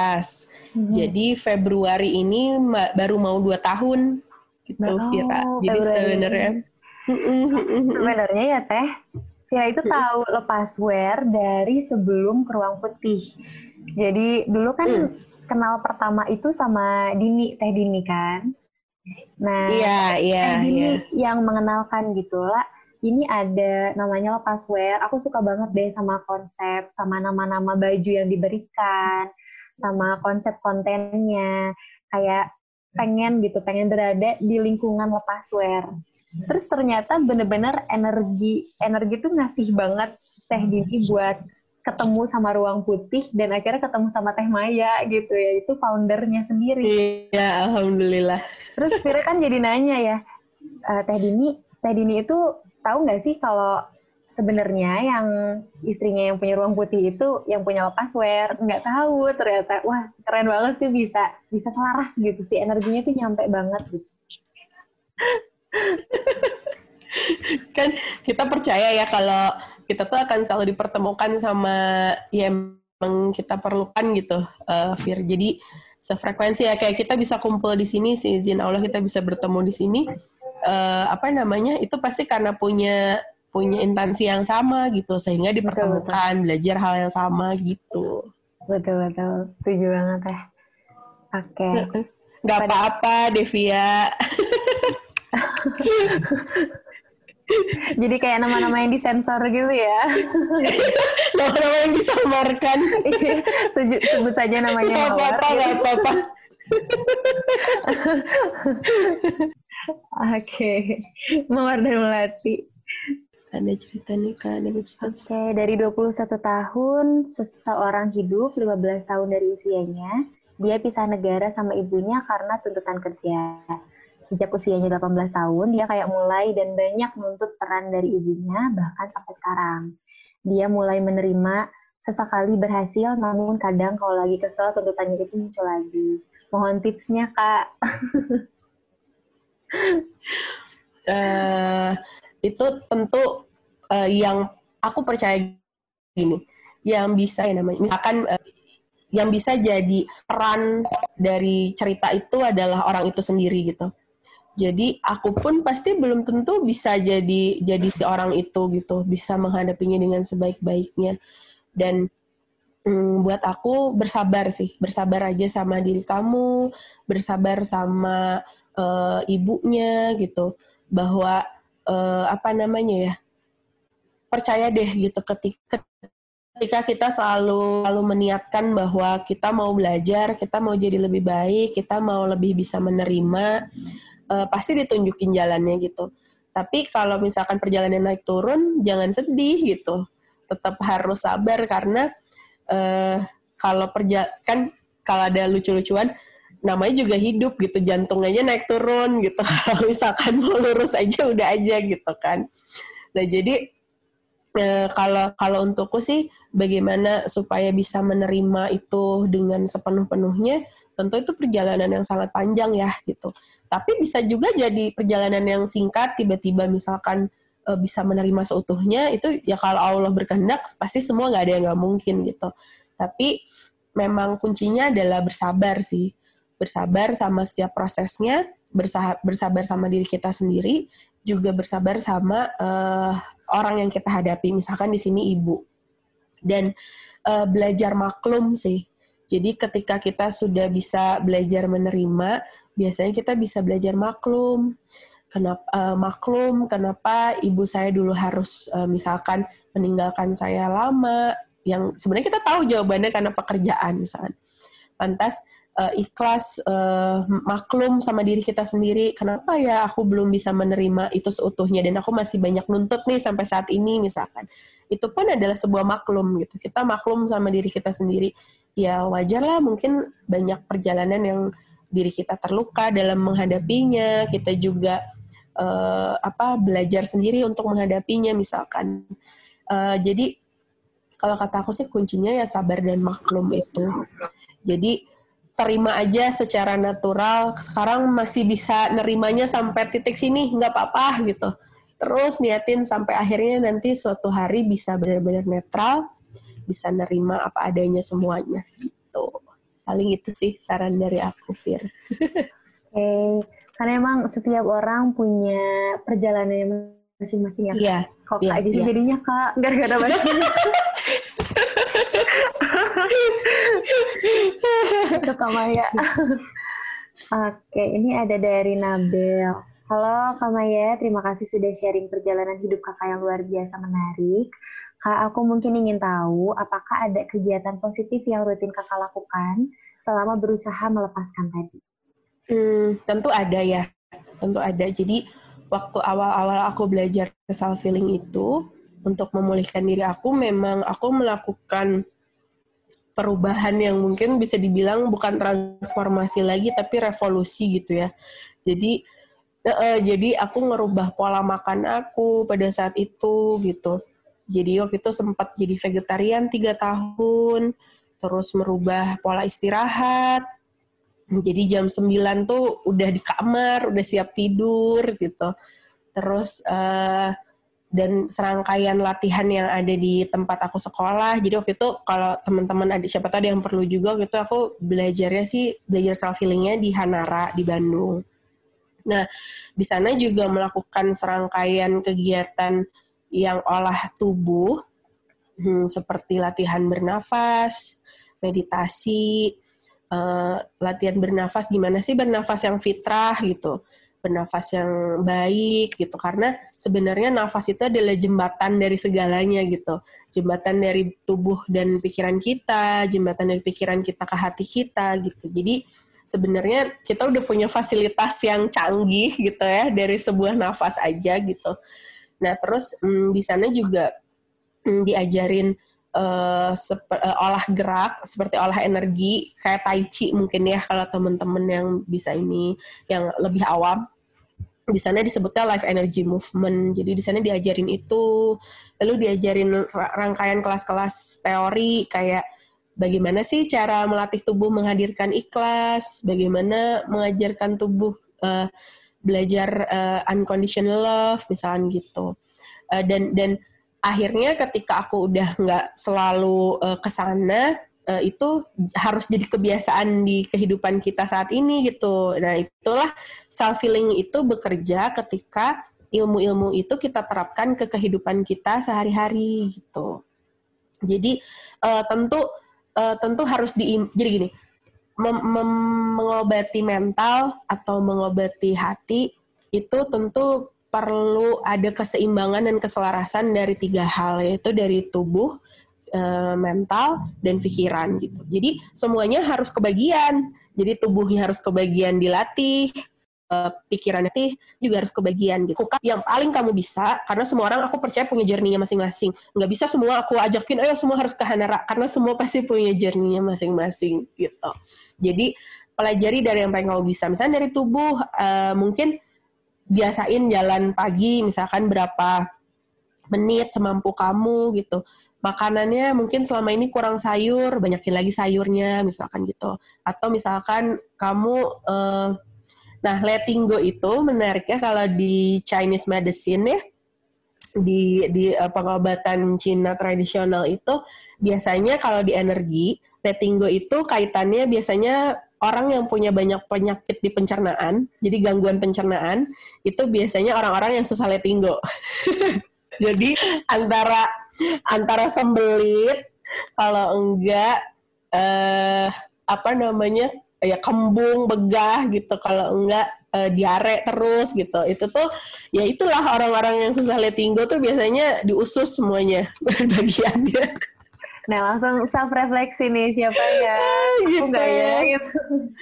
Jadi Februari ini baru mau 2 tahun gitu Vira. Jadi sebenarnya sebenarnya ya Teh, Vira itu tahu Lepaswear dari sebelum ke Ruang Putih. Jadi dulu kan kenal pertama itu sama Teh Dini kan. Nah, Teh Dini yang mengenalkan gitu lah. Ini ada namanya Lepaswear. Aku suka banget deh sama konsep, sama nama-nama baju yang diberikan, sama konsep kontennya. Kayak pengen berada di lingkungan Lepaswear. Terus ternyata bener-bener energi tuh ngasih banget Teh Dini buat ketemu sama Ruang Putih dan akhirnya ketemu sama Teh Maya gitu ya, itu foundernya sendiri. Iya, alhamdulillah. Terus Vira kan jadi nanya ya, Teh Dini itu tahu nggak sih kalau sebenarnya yang istrinya yang punya Ruang Putih itu yang punya Lepaswear? Nggak tahu ternyata. Wah, keren banget sih bisa selaras gitu sih, energinya tuh nyampe banget gitu. Kan kita percaya ya kalau kita tuh akan selalu dipertemukan sama yang kita perlukan gitu, Fir. Jadi sefrekuensi ya, kayak kita bisa kumpul di sini, seizin Allah kita bisa bertemu di sini, itu pasti karena punya intansi yang sama gitu, sehingga dipertemukan, belajar hal yang sama gitu. Betul, setuju banget ya. Oke. Gak apa-apa Devia. Jadi kayak nama-nama yang disensor gitu ya. Nama-nama yang disamarkan. Sebut saja namanya Mawar. Gak apa-apa. Oke. Mawar dan Melati. Ada cerita nikah, ada Oke, dari 21 tahun, seseorang hidup 15 tahun dari usianya, dia pisah negara sama ibunya karena tuntutan kerja. Sejak usianya 18 tahun, dia kayak mulai dan banyak menuntut peran dari ibunya, bahkan sampai sekarang. Dia mulai menerima, sesekali berhasil, namun kadang kalau lagi kesel, tuntutannya itu muncul lagi. Mohon tipsnya, Kak. Itu tentu yang aku percaya gini, yang bisa misalkan yang bisa jadi peran dari cerita itu adalah orang itu sendiri gitu. Jadi aku pun pasti belum tentu bisa jadi si orang itu gitu, bisa menghadapinya dengan sebaik-baiknya. Dan buat aku bersabar aja sama diri kamu, bersabar sama ibunya gitu, bahwa percaya deh gitu, ketika kita selalu meniatkan bahwa kita mau belajar, kita mau jadi lebih baik, kita mau lebih bisa menerima, pasti ditunjukin jalannya gitu. Tapi kalau misalkan perjalanan naik turun, jangan sedih gitu. Tetap harus sabar karena kalau ada lucu-lucuan, namanya juga hidup gitu, jantung aja naik turun gitu. Kalau misalkan mau lurus aja udah aja gitu kan. Nah jadi kalau untukku sih bagaimana supaya bisa menerima itu dengan sepenuh-penuhnya, tentu itu perjalanan yang sangat panjang ya gitu. Tapi bisa juga jadi perjalanan yang singkat, tiba-tiba misalkan bisa menerima seutuhnya, itu ya kalau Allah berkehendak pasti semua nggak ada yang nggak mungkin gitu. Tapi memang kuncinya adalah bersabar sih. Bersabar sama setiap prosesnya, bersabar sama diri kita sendiri, juga bersabar sama orang yang kita hadapi, misalkan di sini ibu. Dan belajar maklum sih. Jadi ketika kita sudah bisa belajar menerima, biasanya kita bisa belajar maklum. Kenapa ibu saya dulu harus misalkan meninggalkan saya lama, yang sebenarnya kita tahu jawabannya karena pekerjaan misalkan. Lantas ikhlas, maklum sama diri kita sendiri, kenapa ya aku belum bisa menerima itu seutuhnya dan aku masih banyak nuntut nih sampai saat ini misalkan. Itu pun adalah sebuah maklum gitu. Kita maklum sama diri kita sendiri. Ya wajar lah mungkin banyak perjalanan yang diri kita terluka dalam menghadapinya. Kita juga belajar sendiri untuk menghadapinya misalkan. Jadi kalau kata aku sih kuncinya ya sabar dan maklum itu. Jadi terima aja secara natural. Sekarang masih bisa nerimanya sampai titik sini, nggak apa-apa gitu. Terus niatin sampai akhirnya nanti suatu hari bisa benar-benar netral, bisa nerima apa adanya semuanya gitu. Paling itu sih saran dari aku, Fir. Oke, karena emang setiap orang punya perjalanannya masing-masing ya. Iya. Kok Kak Jessy jadinya Kak gara-gara bacanya. Itu Kak Maya. Oke, ini ada dari Nabel. Halo Kak Maya, terima kasih sudah sharing perjalanan hidup Kakak yang luar biasa menarik. Kak, aku mungkin ingin tahu apakah ada kegiatan positif yang rutin Kakak lakukan selama berusaha melepaskan tadi? Tentu ada ya. Tentu ada. Jadi waktu awal-awal aku belajar self healing itu, untuk memulihkan diri aku, memang aku melakukan perubahan yang mungkin bisa dibilang bukan transformasi lagi, tapi revolusi gitu ya. Jadi aku ngerubah pola makan aku pada saat itu gitu. Jadi waktu itu sempat jadi vegetarian 3 tahun, terus merubah pola istirahat. Jadi jam 9 tuh udah di kamar, udah siap tidur gitu. Terus dan serangkaian latihan yang ada di tempat aku sekolah. Jadi waktu itu kalau teman-teman ada siapa tahu ada yang perlu juga, waktu itu aku belajar self healingnya di Hanara di Bandung. Nah, di sana juga melakukan serangkaian kegiatan yang olah tubuh, seperti latihan bernafas, meditasi, latihan bernafas, gimana sih bernafas yang fitrah gitu, bernafas yang baik gitu, karena sebenarnya nafas itu adalah jembatan dari segalanya gitu, jembatan dari tubuh dan pikiran kita, jembatan dari pikiran kita ke hati kita gitu. Jadi sebenarnya kita udah punya fasilitas yang canggih gitu ya dari sebuah nafas aja gitu. Nah terus di sana juga diajarin olah gerak seperti olah energi kayak tai chi mungkin ya kalau teman-teman yang bisa ini yang lebih awam. Di sana disebutnya life energy movement. Jadi di sana diajarin itu, lalu diajarin rangkaian kelas-kelas teori kayak bagaimana sih cara melatih tubuh menghadirkan ikhlas, bagaimana mengajarkan tubuh belajar unconditional love misalnya gitu. Dan akhirnya ketika aku udah nggak selalu ke sana, itu harus jadi kebiasaan di kehidupan kita saat ini gitu. Nah itulah self healing itu bekerja ketika ilmu-ilmu itu kita terapkan ke kehidupan kita sehari-hari gitu. Jadi tentu harus jadi gini, mengobati mental atau mengobati hati itu tentu perlu ada keseimbangan dan keselarasan dari 3 hal, yaitu dari tubuh, mental, dan pikiran gitu. Jadi semuanya harus kebagian. Jadi tubuhnya harus kebagian dilatih, pikirannya juga harus kebagian gitu. Yang paling kamu bisa, karena semua orang aku percaya punya journey-nya masing-masing. Nggak bisa semua aku ajakin, ayo semua harus ke Hanara, karena semua pasti punya journey-nya masing-masing gitu. Jadi pelajari dari yang paling kamu bisa. Misalnya dari tubuh, mungkin biasain jalan pagi, misalkan berapa menit semampu kamu gitu. Makanannya mungkin selama ini kurang sayur, banyakin lagi sayurnya misalkan gitu. Atau misalkan kamu nah, letting go itu menariknya kalau di Chinese medicine ya, di pengobatan Cina tradisional itu biasanya kalau di energi, letting go itu kaitannya biasanya orang yang punya banyak penyakit di pencernaan, jadi gangguan pencernaan, itu biasanya orang-orang yang susah letting go. Jadi antara sembelit, kalau enggak ya kembung, begah gitu, kalau enggak diare terus gitu. Itu tuh ya itulah orang-orang yang susah letting go tuh biasanya diusus semuanya bagiannya. Nah langsung self refleksi nih, siapa ya aku enggak ya gitu.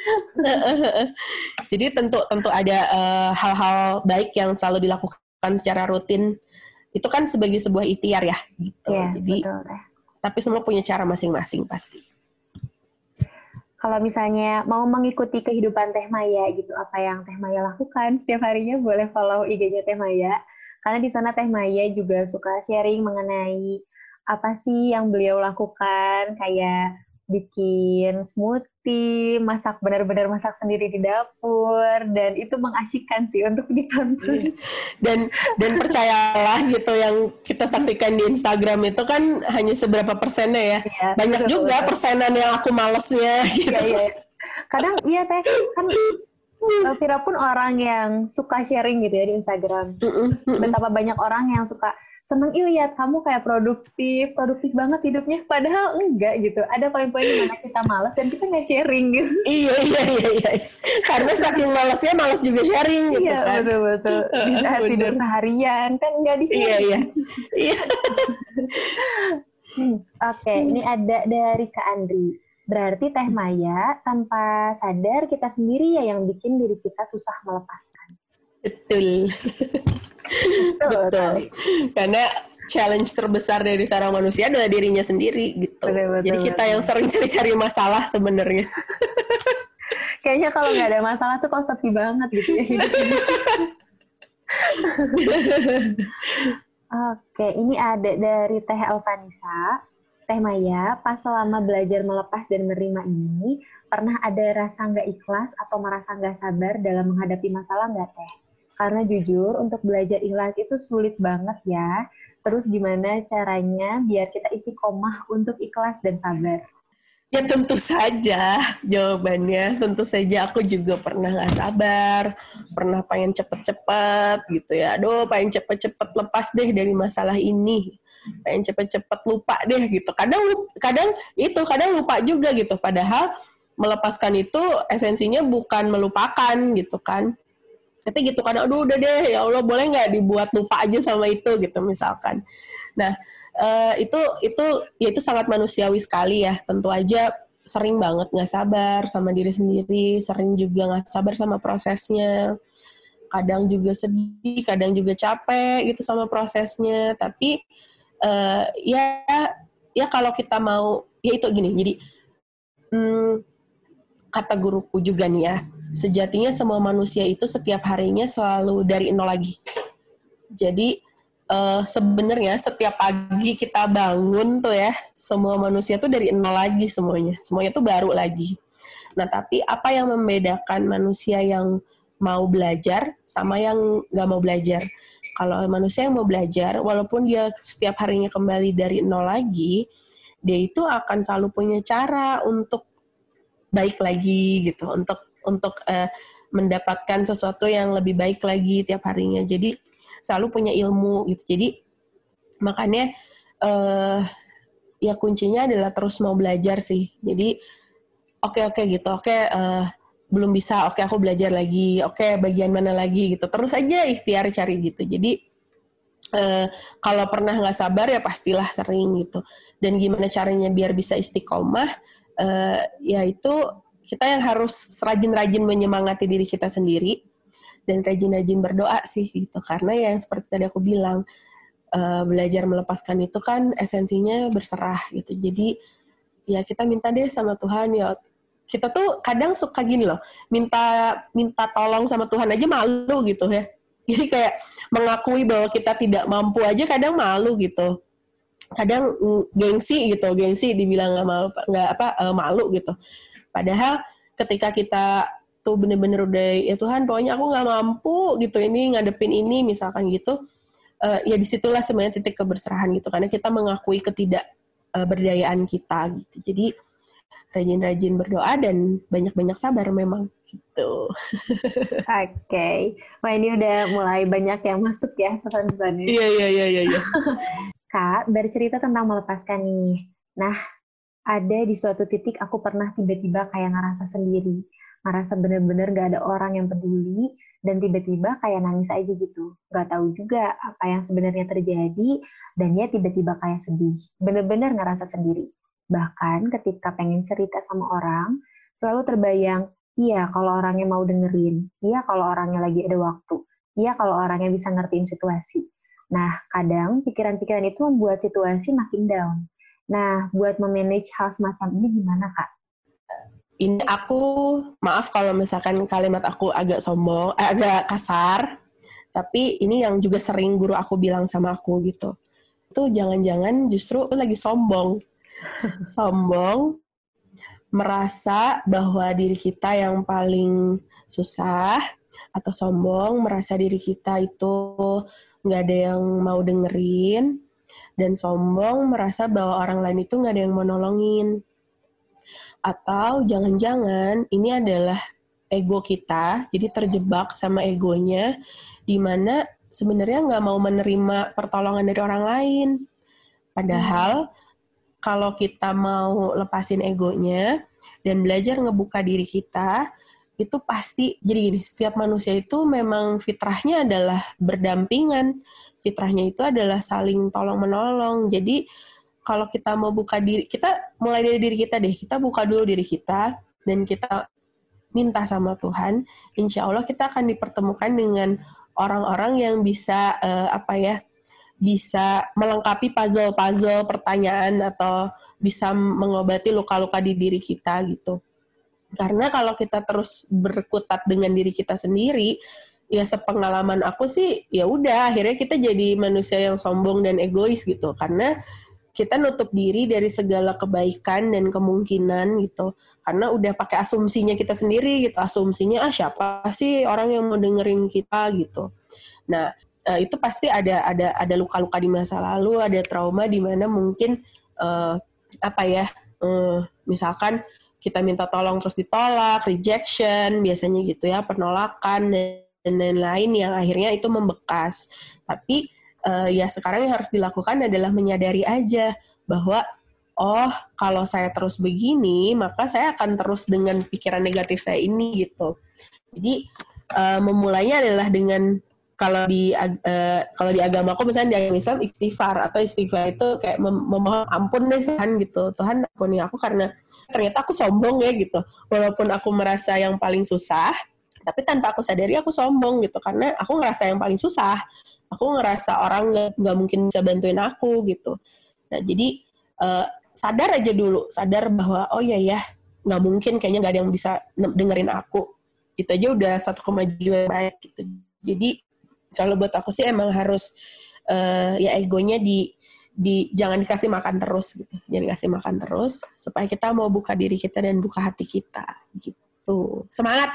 Jadi tentu ada hal-hal baik yang selalu dilakukan secara rutin. Itu kan sebagai sebuah ikhtiar ya gitu. Ya, jadi betul, tapi semua punya cara masing-masing pasti. Kalau misalnya mau mengikuti kehidupan Teh Maya gitu, apa yang Teh Maya lakukan setiap harinya, boleh follow IG-nya Teh Maya. Karena di sana Teh Maya juga suka sharing mengenai apa sih yang beliau lakukan, kayak bikin smoothie, benar-benar masak sendiri di dapur, dan itu mengasyikkan sih untuk ditonton. Dan percayalah gitu, yang kita saksikan di Instagram itu kan hanya seberapa persennya ya. Banyak betul, juga persenan yang aku malesnya gitu. Iya. Kadang iya Teh, kan Vira pun orang yang suka sharing gitu ya di Instagram. Terus betapa banyak orang yang suka seneng lihat kamu kayak produktif banget hidupnya, padahal enggak gitu. Ada poin-poin di mana kita malas dan kita nggak sharing gitu. Iya. Karena saking malasnya, malas juga sharing gitu iya, kan. Iya betul. Bisa tidur seharian kan nggak di sharing. Iya. Oke, ini ada dari Kak Andri. Berarti Teh Maya tanpa sadar kita sendiri ya yang bikin diri kita susah melepaskan. Betul. Karena challenge terbesar dari seorang manusia adalah dirinya sendiri gitu. Betul, jadi kita yang sering cari-cari masalah sebenarnya. Kayaknya kalau nggak ada masalah tuh kok sepi banget gitu ya hidup ini. Oke, ini ada dari Teh Elvanisa. Teh Maya, pas selama belajar melepas dan menerima ini, pernah ada rasa nggak ikhlas atau merasa nggak sabar dalam menghadapi masalah nggak Teh? Karena jujur untuk belajar ikhlas itu sulit banget ya. Terus gimana caranya biar kita istiqomah untuk ikhlas dan sabar? Ya tentu saja jawabannya, tentu saja aku juga pernah gak sabar, pernah pengen cepet-cepet gitu ya. Aduh pengen cepet-cepet lepas deh dari masalah ini, pengen cepet-cepet lupa deh gitu. Kadang lupa juga gitu, padahal melepaskan itu esensinya bukan melupakan gitu kan. Tapi gitu kan, aduh udah deh ya Allah boleh nggak dibuat lupa aja sama itu gitu misalkan. Nah itu sangat manusiawi sekali ya. Tentu aja sering banget nggak sabar sama diri sendiri, sering juga nggak sabar sama prosesnya. Kadang juga sedih, kadang juga capek gitu sama prosesnya. Tapi ya kalau kita mau, ya itu gini. Jadi kata guruku juga nih ya, sejatinya semua manusia itu setiap harinya selalu dari nol lagi. Jadi sebenarnya setiap pagi kita bangun tuh ya, semua manusia tuh dari nol lagi semuanya. Semuanya tuh baru lagi. Nah tapi apa yang membedakan manusia yang mau belajar sama yang nggak mau belajar? Kalau manusia yang mau belajar, walaupun dia setiap harinya kembali dari nol lagi, dia itu akan selalu punya cara untuk baik lagi gitu, untuk mendapatkan sesuatu yang lebih baik lagi tiap harinya. Jadi selalu punya ilmu gitu. Jadi makanya ya kuncinya adalah terus mau belajar sih. Jadi oke gitu, belum bisa, oke aku belajar lagi, oke bagian mana lagi gitu. Terus aja ikhtiar cari gitu. Jadi kalau pernah nggak sabar ya pastilah sering gitu. Dan gimana caranya biar bisa istiqomah? Yaitu kita yang harus rajin-rajin menyemangati diri kita sendiri dan rajin-rajin berdoa sih gitu. Karena yang seperti tadi aku bilang, belajar melepaskan itu kan esensinya berserah gitu. Jadi ya kita minta deh sama Tuhan ya. Kita tuh kadang suka gini loh, minta tolong sama Tuhan aja malu gitu ya. Jadi kayak mengakui bahwa kita tidak mampu aja kadang malu gitu. Kadang gengsi dibilang malu gitu. Padahal ketika kita tuh bener-bener udah ya Tuhan pokoknya aku nggak mampu gitu ini ngadepin ini misalkan gitu, ya disitulah sebenarnya titik keberserahan gitu karena kita mengakui ketidakberdayaan kita gitu. Jadi rajin-rajin berdoa dan banyak-banyak sabar memang gitu. Oke. Wah ini udah mulai banyak yang masuk ya pesan-pesannya. Iya. Kak, bercerita tentang melepaskan nih. Nah, ada di suatu titik aku pernah tiba-tiba kayak ngerasa sendiri. Ngerasa bener-bener gak ada orang yang peduli, dan tiba-tiba kayak nangis aja gitu. Gak tahu juga apa yang sebenarnya terjadi, dan ya tiba-tiba kayak sedih. Bener-bener ngerasa sendiri. Bahkan ketika pengen cerita sama orang, selalu terbayang, iya kalau orangnya mau dengerin, iya kalau orangnya lagi ada waktu, iya kalau orangnya bisa ngertiin situasi. Nah, kadang pikiran-pikiran itu membuat situasi makin down. Nah, buat memanage hal semacam ini gimana, Kak? Ini aku, maaf kalau misalkan kalimat aku agak sombong, agak kasar, tapi ini yang juga sering guru aku bilang sama aku gitu. Itu jangan-jangan justru lagi sombong. Sombong, merasa bahwa diri kita yang paling susah, atau sombong, merasa diri kita itu nggak ada yang mau dengerin, dan sombong merasa bahwa orang lain itu nggak ada yang mau nolongin. Atau jangan-jangan ini adalah ego kita, jadi terjebak sama egonya, di mana sebenarnya nggak mau menerima pertolongan dari orang lain. Padahal kalau kita mau lepasin egonya dan belajar ngebuka diri kita, itu pasti, jadi gini, setiap manusia itu memang fitrahnya adalah berdampingan. Fitrahnya itu adalah saling tolong-menolong. Jadi kalau kita mau buka diri, kita mulai dari diri kita deh. Kita buka dulu diri kita, dan kita minta sama Tuhan. Insya Allah kita akan dipertemukan dengan orang-orang yang bisa, bisa melengkapi puzzle-puzzle pertanyaan atau bisa mengobati luka-luka di diri kita gitu. Karena kalau kita terus berkutat dengan diri kita sendiri, ya sepengalaman aku sih, ya udah akhirnya kita jadi manusia yang sombong dan egois gitu. Karena kita nutup diri dari segala kebaikan dan kemungkinan gitu. Karena udah pakai asumsinya kita sendiri gitu. Asumsinya siapa sih orang yang mau dengerin kita gitu. Nah, itu pasti ada luka-luka di masa lalu, ada trauma di mana mungkin misalkan kita minta tolong terus ditolak, rejection biasanya gitu ya, penolakan dan lain-lain yang akhirnya itu membekas. Tapi ya sekarang yang harus dilakukan adalah menyadari aja bahwa kalau saya terus begini maka saya akan terus dengan pikiran negatif saya ini gitu. Jadi memulainya adalah dengan kalau di agama aku misalnya di agama Islam istighfar, atau istighfar itu kayak memohon ampun deh Tuhan gitu. Tuhan ampuni aku karena ternyata aku sombong ya gitu. Walaupun aku merasa yang paling susah, tapi tanpa aku sadari aku sombong gitu karena aku ngerasa yang paling susah. Aku ngerasa orang nggak mungkin bisa bantuin aku gitu. Nah jadi sadar aja dulu, sadar bahwa nggak mungkin, kayaknya nggak ada yang bisa dengerin aku. Itu aja udah satu kemajuan yang baik gitu. Jadi kalau buat aku sih emang harus egonya jangan dikasih makan terus gitu. Jangan dikasih makan terus supaya kita mau buka diri kita dan buka hati kita gitu. Semangat.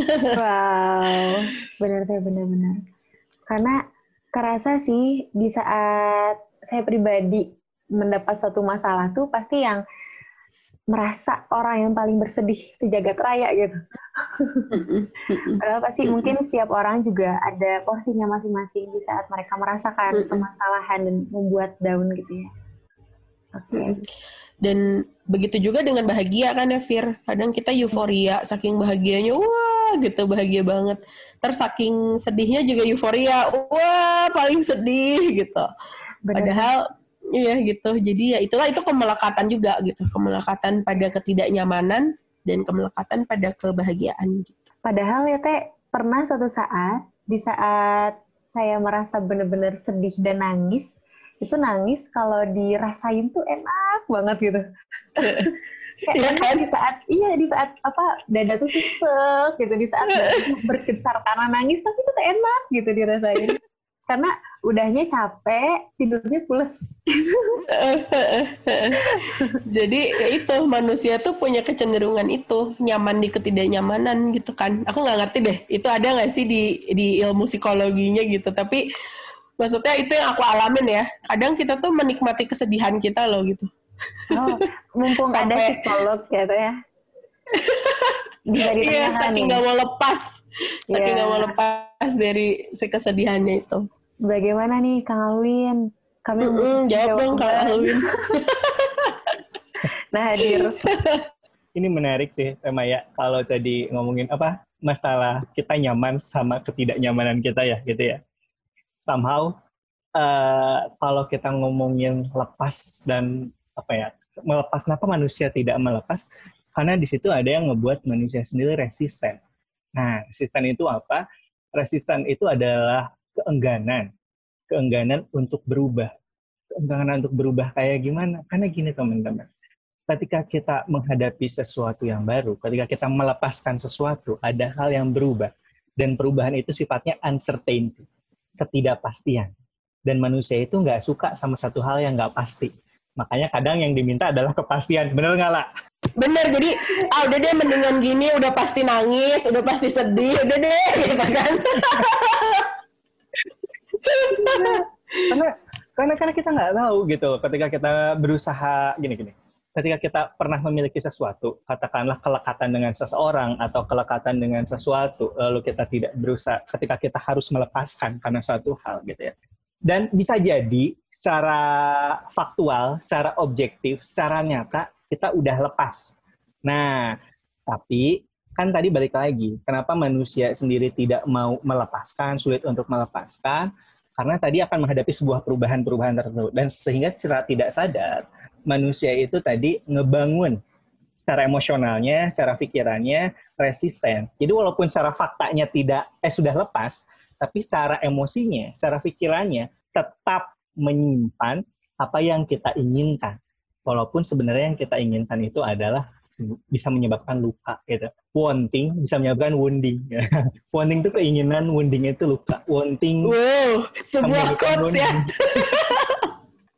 Wow, benar. Karena kerasa sih di saat saya pribadi mendapat suatu masalah tuh pasti yang merasa orang yang paling bersedih sejagat raya gitu. Padahal pasti mungkin setiap orang juga ada porsinya masing-masing di saat mereka merasakan permasalahan dan membuat down gitu ya. Oke. Dan begitu juga dengan bahagia kan ya Fir. Kadang kita euforia, saking bahagianya, wah gitu bahagia banget. Terus saking sedihnya juga euforia, wah paling sedih gitu. Bener. Padahal iya gitu. Jadi ya itu kemelekatan juga gitu. Kemelekatan pada ketidaknyamanan dan kemelekatan pada kebahagiaan gitu. Padahal ya Teh, pernah suatu saat, di saat saya merasa benar-benar sedih dan nangis, itu nangis kalau dirasain tuh enak banget gitu. Kayak kan? di saat dada tuh sesek gitu, di saat bergetar karena nangis, tapi itu tuh enak gitu dirasain. Karena udahnya capek, tidurnya pules. Jadi ya itu, manusia tuh punya kecenderungan itu, nyaman di ketidaknyamanan gitu kan. Aku nggak ngerti deh, itu ada nggak sih di ilmu psikologinya gitu. Tapi maksudnya itu yang aku alamin ya. Kadang kita tuh menikmati kesedihan kita loh gitu. Oh, mumpung ada psikolog gitu ya. Bisa ditengahkan. Iya, saking nggak mau lepas. Saking nggak mau lepas dari kesedihannya itu. Bagaimana nih Kang Alwin? Kami jawab dong Kang Alwin. Nah, hadir. Ini menarik sih, Maya. Kalau tadi ngomongin masalah kita nyaman sama ketidaknyamanan kita ya, gitu ya. Somehow, kalau kita ngomongin lepas dan melepas, kenapa manusia tidak melepas? Karena di situ ada yang ngebuat manusia sendiri resisten. Nah, resisten itu apa? Resisten itu adalah keengganan untuk berubah. Keengganan untuk berubah kayak gimana? Karena gini teman-teman, ketika kita menghadapi sesuatu yang baru, ketika kita melepaskan sesuatu, ada hal yang berubah. Dan perubahan itu sifatnya uncertainty, ketidakpastian. Dan manusia itu nggak suka sama satu hal yang nggak pasti. Makanya kadang yang diminta adalah kepastian. Bener nggak lah? Bener, jadi udah deh mendingan gini, udah pasti nangis, udah pasti sedih, udah deh gitu kan. karena kita nggak tahu gitu ketika kita berusaha gini ketika kita pernah memiliki sesuatu, katakanlah kelekatan dengan seseorang atau kelekatan dengan sesuatu, lalu kita tidak berusaha ketika kita harus melepaskan karena suatu hal gitu ya, dan bisa jadi secara faktual, secara objektif, secara nyata kita udah lepas. Nah tapi kan tadi balik lagi, kenapa manusia sendiri tidak mau melepaskan, sulit untuk melepaskan? Karena tadi akan menghadapi sebuah perubahan-perubahan tertentu. Dan sehingga secara tidak sadar, manusia itu tadi ngebangun secara emosionalnya, secara pikirannya, resisten. Jadi walaupun secara faktanya sudah lepas, tapi secara emosinya, secara pikirannya, tetap menyimpan apa yang kita inginkan. Walaupun sebenarnya yang kita inginkan itu adalah bisa menyebabkan luka gitu. Wanting bisa menyebabkan wounding. Wanting itu keinginan, wounding itu luka. Wanting. Wow, sebuah quotes ya.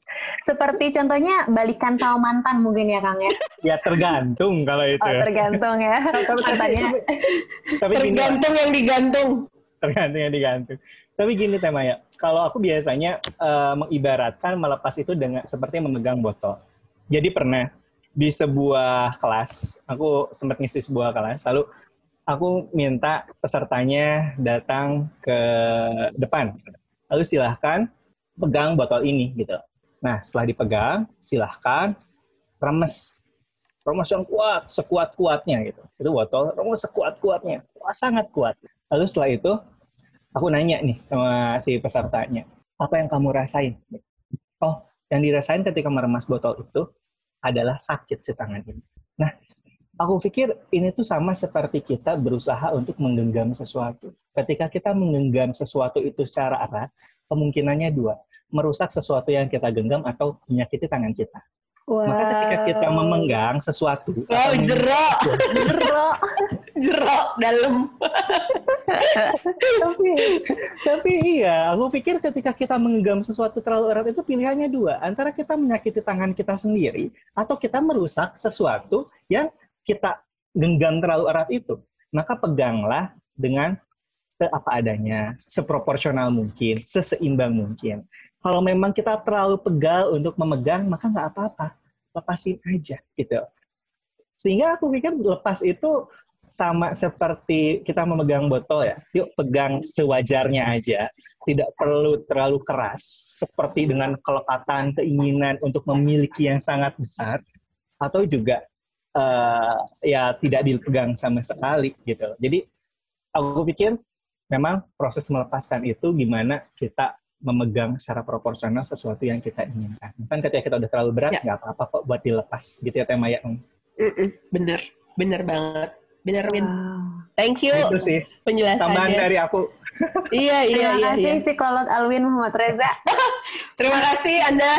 Seperti contohnya balikan sama mantan mungkin ya Kang ya? Ya tergantung kalau itu. Oh tergantung ya. Mantannya. Tapi tergantung yang digantung. Tergantung yang digantung. Tapi gini temanya, kalau aku biasanya mengibaratkan melepas itu dengan seperti memegang botol. Jadi pernah di sebuah kelas, aku sempat ngisi sebuah kelas, lalu aku minta pesertanya datang ke depan. Lalu silahkan pegang botol ini gitu. Nah, setelah dipegang, silahkan remes. Remes yang kuat, sekuat-kuatnya gitu. Itu botol, remes sekuat-kuatnya. Wah, sangat kuat. Lalu setelah itu, aku nanya nih sama si pesertanya, apa yang kamu rasain? Oh, yang dirasain ketika meremas botol itu adalah sakit si tangan ini. Nah, aku pikir ini tuh sama seperti kita berusaha untuk menggenggam sesuatu. Ketika kita menggenggam sesuatu itu secara erat, kemungkinannya dua. Merusak sesuatu yang kita genggam atau menyakiti tangan kita. Wow. Maka ketika kita memegang sesuatu... Wow, jerok! Jerok dalam. Tapi iya, aku pikir ketika kita menggenggam sesuatu terlalu erat itu pilihannya dua. Antara kita menyakiti tangan kita sendiri, atau kita merusak sesuatu yang kita genggam terlalu erat itu. Maka peganglah dengan seapa adanya, seproporsional mungkin, seseimbang mungkin. Kalau memang kita terlalu pegal untuk memegang, maka nggak apa-apa. Lepasin aja, gitu. Sehingga aku pikir lepas itu sama seperti kita memegang botol ya. Yuk pegang sewajarnya aja. Tidak perlu terlalu keras. Seperti dengan kelekatan, keinginan untuk memiliki yang sangat besar. Atau juga ya tidak dipegang sama sekali, gitu. Jadi aku pikir memang proses melepaskan itu gimana kita memegang secara proporsional sesuatu yang kita inginkan. Kan ketika kita udah terlalu berat, nggak apa-apa kok buat dilepas. Gitu ya Tema ya. Bener banget. Bener, Min. Thank you. Itu sih penjelasannya. Tambahan dari aku. Iya. Terima kasih psikolog Alwin Muhammad Reza. Terima kasih Anda.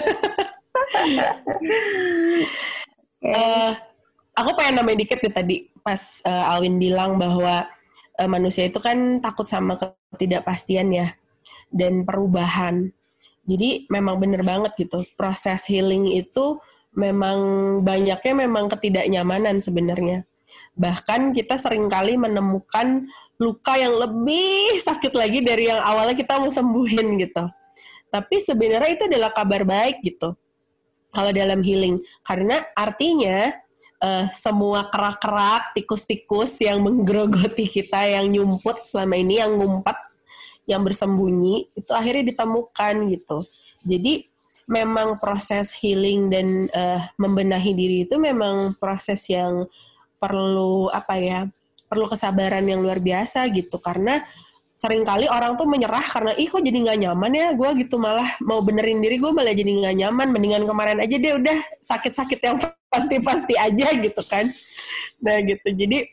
Aku pengen nambahin dikit deh tadi pas Alwin bilang bahwa manusia itu kan takut sama ketidakpastian ya dan perubahan. Jadi memang bener banget gitu. Proses healing itu memang banyaknya memang ketidaknyamanan sebenarnya. Bahkan kita seringkali menemukan luka yang lebih sakit lagi dari yang awalnya kita mau sembuhin gitu. Tapi sebenarnya itu adalah kabar baik gitu. Kalau dalam healing. Karena artinya semua kerak-kerak, tikus-tikus yang menggerogoti kita, yang nyumput selama ini, yang ngumpet, yang bersembunyi, itu akhirnya ditemukan gitu. Jadi memang proses healing dan membenahi diri itu memang proses yang perlu perlu kesabaran yang luar biasa gitu. Karena seringkali orang tuh menyerah karena kok jadi nggak nyaman ya gue gitu, malah mau benerin diri gue malah jadi nggak nyaman, mendingan kemarin aja deh udah sakit-sakit yang pasti-pasti aja gitu kan. Nah gitu, jadi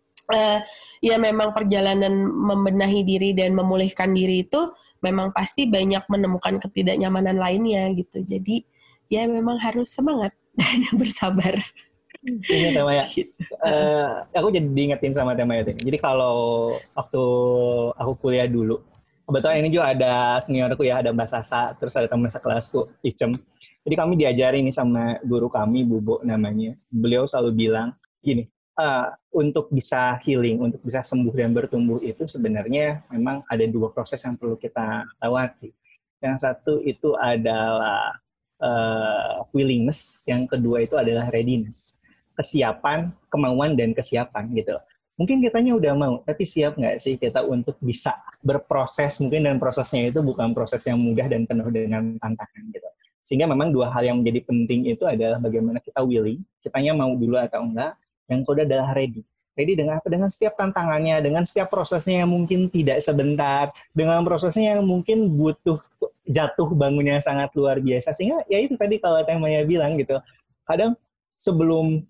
ya memang perjalanan membenahi diri dan memulihkan diri itu memang pasti banyak menemukan ketidaknyamanan lainnya gitu. Jadi ya memang harus semangat dan bersabar. Ini Tema ya. Aku jadi diingetin sama Tema ya. Jadi kalau waktu aku kuliah dulu, kebetulan ini juga ada seniorku ya, ada Mbak Sasa, terus ada teman sekelasku, Icem. Jadi kami diajari ini sama guru kami, Bubo namanya. Beliau selalu bilang gini, untuk bisa healing, untuk bisa sembuh dan bertumbuh itu sebenarnya memang ada dua proses yang perlu kita lewati. Yang satu itu adalah willingness, yang kedua itu adalah readiness. Kesiapan, kemauan, dan kesiapan gitu. Mungkin kitanya udah mau, tapi siap nggak sih kita untuk bisa berproses mungkin, dan prosesnya itu bukan proses yang mudah dan penuh dengan tantangan gitu. Sehingga memang dua hal yang menjadi penting itu adalah bagaimana kita willing, kitanya mau dulu atau enggak. Yang kedua adalah ready. Ready dengan apa? Dengan setiap tantangannya, dengan setiap prosesnya yang mungkin tidak sebentar, dengan prosesnya yang mungkin butuh jatuh bangunnya sangat luar biasa. Sehingga ya itu tadi kalau Temanya bilang gitu, kadang sebelum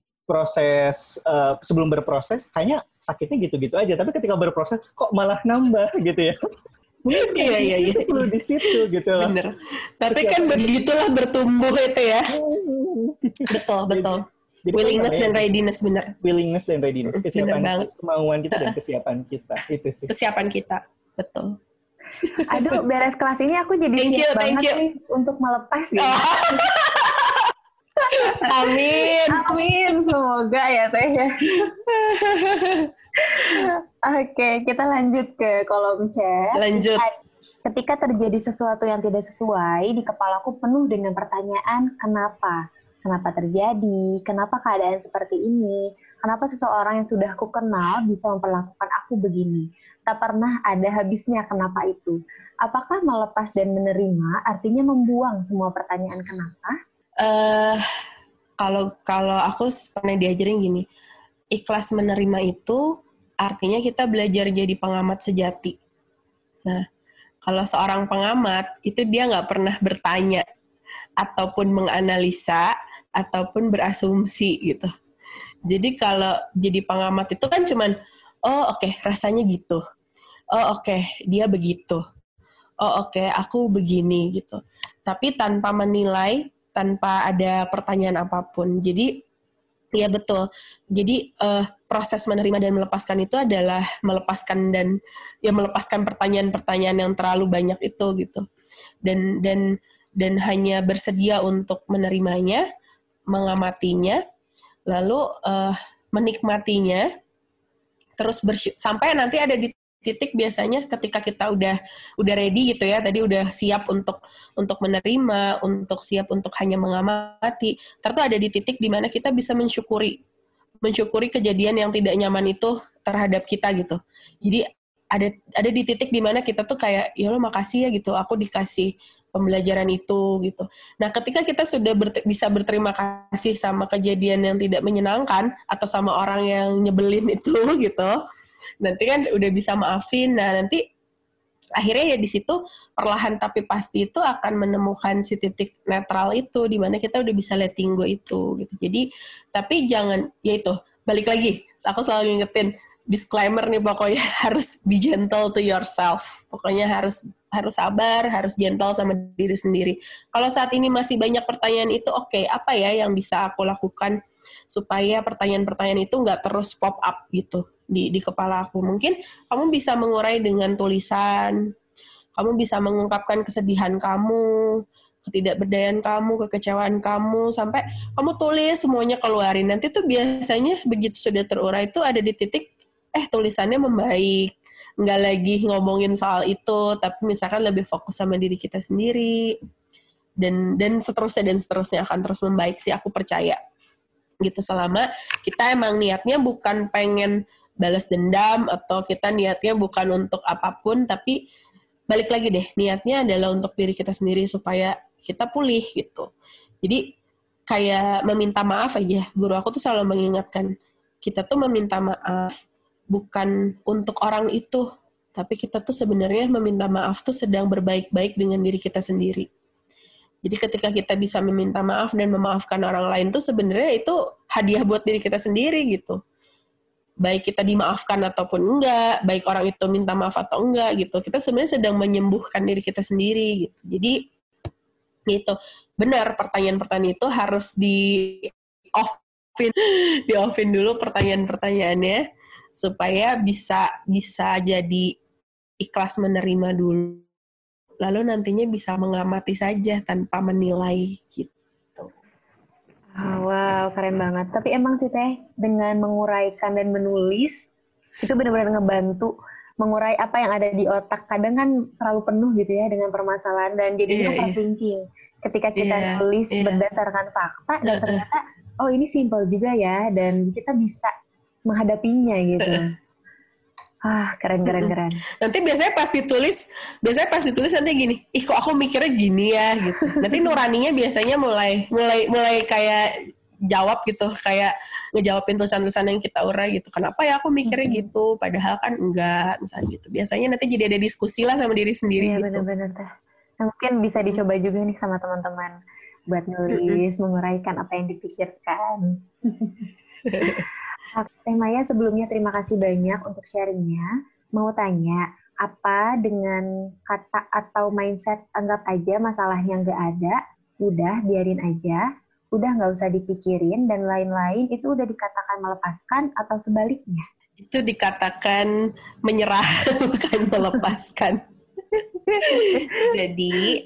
berproses kayaknya sakitnya gitu-gitu aja, tapi ketika berproses kok malah nambah gitu ya. Mungkin iya. Itu perlu di situ gitu loh. Bener. Tapi kan begitulah bertumbuh itu ya. Betul. Willingness dan readiness, bener. Willingness dan readiness, kesiapan kita, kemauan kita dan kesiapan kita, itu sih. Kesiapan kita, betul. Aduh, beres kelas ini aku jadi siap banget nih untuk melepas gitu. Amin. Amin, semoga ya Teh ya. Oke, kita lanjut ke kolom chat. Lanjut. Ketika terjadi sesuatu yang tidak sesuai, di kepalaku penuh dengan pertanyaan kenapa? Kenapa terjadi? Kenapa keadaan seperti ini? Kenapa seseorang yang sudah aku kenal bisa memperlakukan aku begini? Tak pernah ada habisnya kenapa itu. Apakah melepas dan menerima artinya membuang semua pertanyaan kenapa? Kalau aku pernah diajarin gini, ikhlas menerima itu artinya kita belajar jadi pengamat sejati. Nah, kalau seorang pengamat itu dia nggak pernah bertanya ataupun menganalisa ataupun berasumsi gitu. Jadi kalau jadi pengamat itu kan cuman, oh oke, rasanya gitu. Oh oke, dia begitu. Oh oke, aku begini gitu. Tapi tanpa menilai, tanpa ada pertanyaan apapun. Jadi ya betul. Jadi proses menerima dan melepaskan itu adalah melepaskan pertanyaan-pertanyaan yang terlalu banyak itu gitu. Dan hanya bersedia untuk menerimanya, mengamatinya, lalu menikmatinya, terus sampai nanti ada di titik biasanya ketika kita udah ready gitu ya, tadi udah siap untuk menerima, untuk siap untuk hanya mengamati. Terus ada di titik di mana kita bisa mensyukuri kejadian yang tidak nyaman itu terhadap kita gitu. Jadi ada di titik di mana kita tuh kayak, ya Allah makasih ya gitu, aku dikasih pembelajaran itu gitu. Nah, ketika kita sudah bisa berterima kasih sama kejadian yang tidak menyenangkan atau sama orang yang nyebelin itu gitu, nanti kan udah bisa maafin. Nah, nanti akhirnya ya di situ perlahan tapi pasti itu akan menemukan si titik netral itu di mana kita udah bisa letting go itu gitu. Jadi tapi jangan, ya itu balik lagi, aku selalu ngingetin disclaimer nih, pokoknya harus be gentle to yourself. Pokoknya harus sabar, harus gentle sama diri sendiri. Kalau saat ini masih banyak pertanyaan itu, oke, apa ya yang bisa aku lakukan supaya pertanyaan-pertanyaan itu nggak terus pop up gitu di kepala aku. Mungkin kamu bisa mengurai dengan tulisan, kamu bisa mengungkapkan kesedihan kamu, ketidakberdayaan kamu, kekecewaan kamu, sampai kamu tulis semuanya, keluarin. Nanti tuh biasanya begitu sudah terurai itu ada di titik, tulisannya membaik. Nggak lagi ngomongin soal itu, tapi misalkan lebih fokus sama diri kita sendiri. Dan seterusnya akan terus membaik sih, aku percaya. Gitu, selama kita emang niatnya bukan pengen balas dendam atau kita niatnya bukan untuk apapun, tapi balik lagi deh, niatnya adalah untuk diri kita sendiri supaya kita pulih gitu. Jadi kayak meminta maaf aja, guru aku tuh selalu mengingatkan, kita tuh meminta maaf bukan untuk orang itu, tapi kita tuh sebenarnya meminta maaf tuh sedang berbaik-baik dengan diri kita sendiri. Jadi ketika kita bisa meminta maaf dan memaafkan orang lain tuh sebenarnya itu hadiah buat diri kita sendiri gitu. Baik kita dimaafkan ataupun enggak, baik orang itu minta maaf atau enggak gitu. Kita sebenarnya sedang menyembuhkan diri kita sendiri gitu. Jadi gitu. Benar, pertanyaan-pertanyaan itu harus di-offin dulu pertanyaan-pertanyaannya supaya bisa jadi ikhlas menerima dulu. Lalu nantinya bisa mengamati saja tanpa menilai gitu. Wow, keren banget. Tapi emang sih Teh, dengan menguraikan dan menulis, itu benar-benar ngebantu mengurai apa yang ada di otak. Kadang kan terlalu penuh gitu ya dengan permasalahan, dan jadinya overthinking. Ketika kita tulis berdasarkan fakta, dan ternyata, oh ini simple juga ya, dan kita bisa menghadapinya gitu. Keren. Nanti biasanya pas ditulis nanti gini, kok aku mikirnya gini ya gitu. Nanti nuraninya biasanya mulai kayak jawab gitu, kayak ngejawabin tulisan-tulisan yang kita urai gitu. Kenapa ya aku mikirnya gitu, padahal kan enggak, misalnya gitu. Biasanya nanti jadi ada diskusi lah sama diri sendiri. Iya, gitu. Benar-benar. Nah, mungkin bisa dicoba juga nih sama teman-teman buat nulis, menguraikan apa yang dipikirkan. Teh Maya, sebelumnya terima kasih banyak untuk sharingnya. Mau tanya, apa dengan kata atau mindset anggap aja masalahnya nggak ada, udah biarin aja, udah nggak usah dipikirin, dan lain-lain, itu udah dikatakan melepaskan atau sebaliknya? Itu dikatakan menyerah, bukan melepaskan. Jadi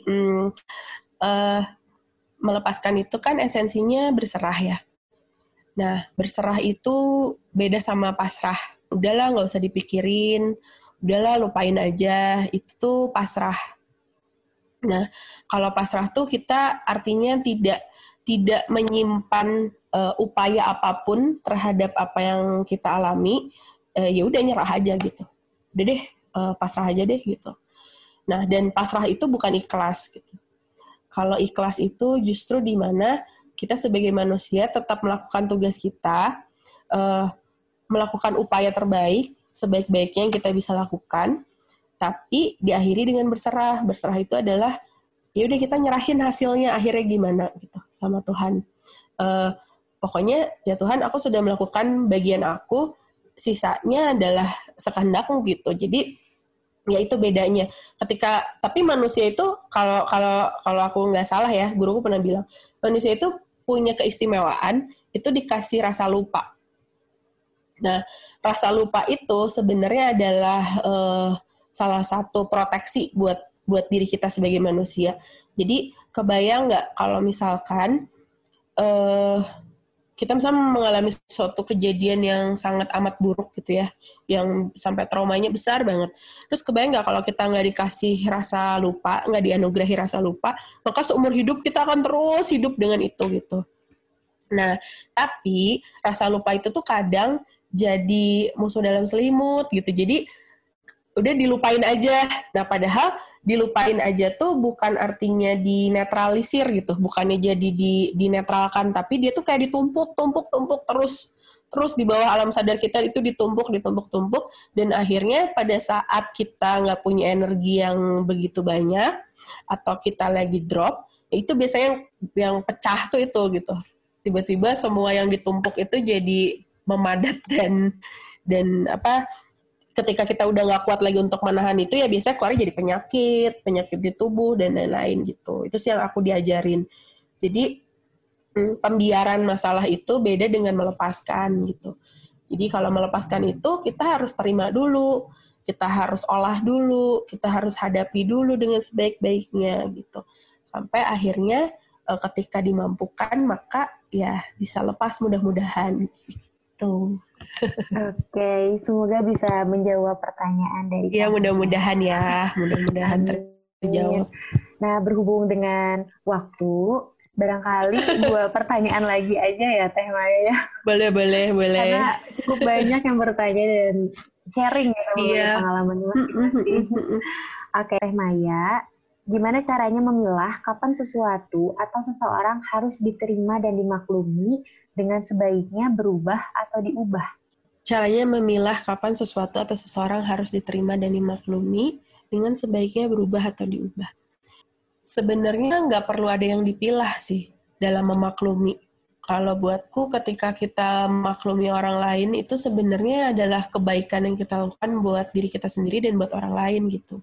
melepaskan itu kan esensinya berserah ya. Nah, berserah itu beda sama pasrah. Udahlah, nggak usah dipikirin. Udahlah, lupain aja. Itu tuh pasrah. Nah, kalau pasrah tuh kita artinya tidak menyimpan upaya apapun terhadap apa yang kita alami. Ya udah, nyerah aja gitu. Udah deh, pasrah aja deh gitu. Nah, dan pasrah itu bukan ikhlas gitu. Kalau ikhlas itu justru di mana kita sebagai manusia tetap melakukan tugas kita, melakukan upaya terbaik, sebaik-baiknya yang kita bisa lakukan, tapi diakhiri dengan berserah. Berserah itu adalah, ya udah kita nyerahin hasilnya akhirnya gimana gitu sama Tuhan. Pokoknya ya Tuhan, aku sudah melakukan bagian aku, sisanya adalah sekehendakmu gitu. Jadi ya itu bedanya. Tapi manusia itu kalau aku nggak salah ya, guruku pernah bilang, manusia itu punya keistimewaan itu dikasih rasa lupa. Nah, rasa lupa itu sebenarnya adalah salah satu proteksi buat diri kita sebagai manusia. Jadi kebayang nggak kalau misalkan kita misalnya mengalami suatu kejadian yang sangat amat buruk gitu ya, yang sampai traumanya besar banget. Terus kebayang nggak kalau kita nggak dikasih rasa lupa, nggak dianugerahi rasa lupa, maka seumur hidup kita akan terus hidup dengan itu gitu. Nah, tapi rasa lupa itu tuh kadang jadi musuh dalam selimut gitu. Jadi udah dilupain aja. Nah, padahal dilupain aja tuh bukan artinya dinetralisir gitu, bukannya jadi dinetralkan, tapi dia tuh kayak ditumpuk terus di bawah alam sadar kita itu ditumpuk, dan akhirnya pada saat kita nggak punya energi yang begitu banyak atau kita lagi drop, itu biasanya yang pecah tuh itu gitu. Tiba-tiba semua yang ditumpuk itu jadi memadat dan apa, ketika kita udah nggak kuat lagi untuk menahan itu, ya biasanya keluarnya jadi penyakit di tubuh dan lain-lain gitu. Itu sih yang aku diajarin. Jadi pembiaran masalah itu beda dengan melepaskan gitu. Jadi kalau melepaskan itu kita harus terima dulu, kita harus olah dulu, kita harus hadapi dulu dengan sebaik-baiknya gitu. Sampai akhirnya ketika dimampukan maka ya bisa lepas mudah-mudahan gitu. Oke, semoga bisa menjawab pertanyaan dari ya, mudah-mudahan terjawab. Nah, berhubung dengan waktu, barangkali 2 pertanyaan lagi aja ya Teh Maya ya. Boleh. Karena cukup banyak yang bertanya dan sharing ya mengenai pengalaman masing-masing. Oke, Teh Maya, gimana caranya memilah kapan sesuatu atau seseorang harus diterima dan dimaklumi dengan sebaiknya berubah atau diubah? Caranya memilah kapan sesuatu atau seseorang harus diterima dan dimaklumi dengan sebaiknya berubah atau diubah. Sebenarnya nggak perlu ada yang dipilah sih dalam memaklumi. Kalau buatku ketika kita memaklumi orang lain itu sebenarnya adalah kebaikan yang kita lakukan buat diri kita sendiri dan buat orang lain gitu.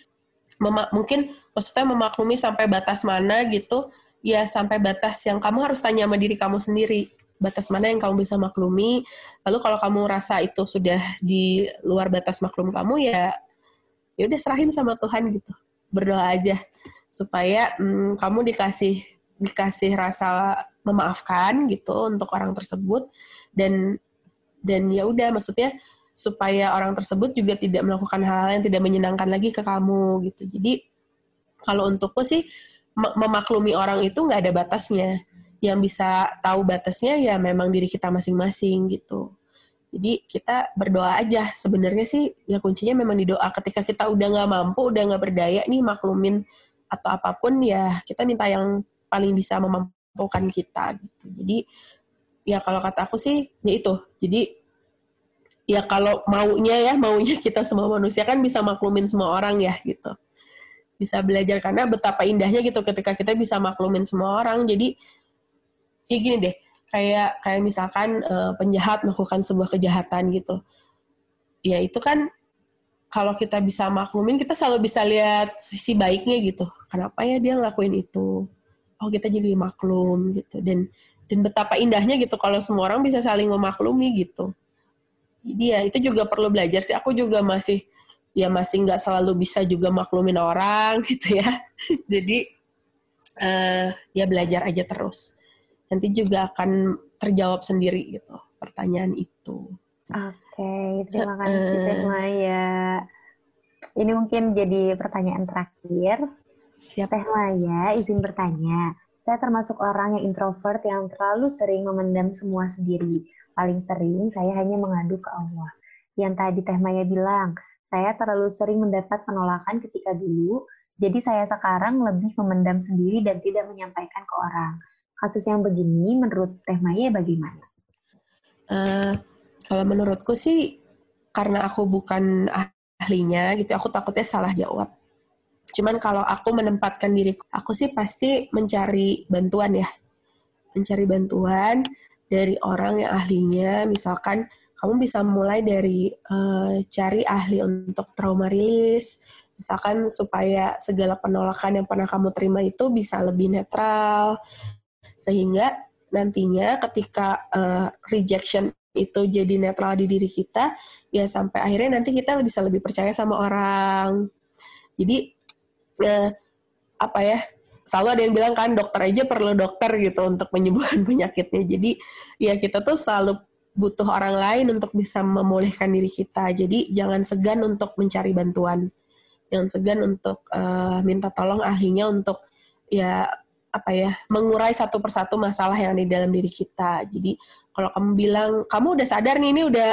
Mungkin maksudnya memaklumi sampai batas mana gitu, ya sampai batas yang kamu harus tanya sama diri kamu sendiri. Batas mana yang kamu bisa maklumi, lalu kalau kamu rasa itu sudah di luar batas maklum kamu, ya udah serahin sama Tuhan gitu, berdoa aja supaya kamu dikasih rasa memaafkan gitu untuk orang tersebut, dan ya udah, maksudnya supaya orang tersebut juga tidak melakukan hal yang tidak menyenangkan lagi ke kamu gitu. Jadi kalau untukku sih memaklumi orang itu nggak ada batasnya. Yang bisa tahu batasnya ya memang diri kita masing-masing gitu. Jadi kita berdoa aja. Sebenarnya sih ya kuncinya memang di doa. Ketika kita udah nggak mampu, udah nggak berdaya nih maklumin atau apapun, ya kita minta yang paling bisa memampukan kita gitu. Jadi ya kalau kata aku sih ya itu. Jadi ya kalau maunya kita semua manusia kan bisa maklumin semua orang ya gitu. Bisa belajar karena betapa indahnya gitu ketika kita bisa maklumin semua orang. Jadi ya gini deh, kayak misalkan penjahat melakukan sebuah kejahatan gitu. Ya itu kan kalau kita bisa maklumin, kita selalu bisa lihat sisi baiknya gitu. Kenapa ya dia ngelakuin itu? Oh, kita jadi maklum gitu. Dan betapa indahnya gitu kalau semua orang bisa saling memaklumi gitu. Jadi ya itu juga perlu belajar sih. Aku juga masih ya masih nggak selalu bisa juga maklumin orang gitu ya. Jadi ya belajar aja terus. Nanti juga akan terjawab sendiri gitu pertanyaan itu. Oke, terima kasih Teh Maya. Ini mungkin jadi pertanyaan terakhir. Siap. Teh Maya, izin bertanya. Saya termasuk orang yang introvert yang terlalu sering memendam semua sendiri. Paling sering saya hanya mengadu ke Allah. Yang tadi Teh Maya bilang, saya terlalu sering mendapat penolakan ketika dulu, jadi saya sekarang lebih memendam sendiri dan tidak menyampaikan ke orang. Kasus yang begini menurut Teh Maya bagaimana? Kalau menurutku sih, karena aku bukan ahlinya gitu, aku takutnya salah jawab. Cuman kalau aku menempatkan diriku, aku sih pasti mencari bantuan ya. Mencari bantuan dari orang yang ahlinya, misalkan kamu bisa mulai dari cari ahli untuk trauma rilis, misalkan supaya segala penolakan yang pernah kamu terima itu bisa lebih netral, sehingga nantinya ketika rejection itu jadi netral di diri kita, ya sampai akhirnya nanti kita bisa lebih percaya sama orang. Jadi apa ya, selalu ada yang bilang kan dokter aja perlu dokter gitu untuk menyembuhkan penyakitnya. Jadi ya kita tuh selalu butuh orang lain untuk bisa memulihkan diri kita. Jadi jangan segan untuk mencari bantuan, jangan segan untuk minta tolong ahlinya untuk ya apa ya, mengurai satu persatu masalah yang ada di dalam diri kita. Jadi kalau kamu bilang kamu udah sadar nih, ini udah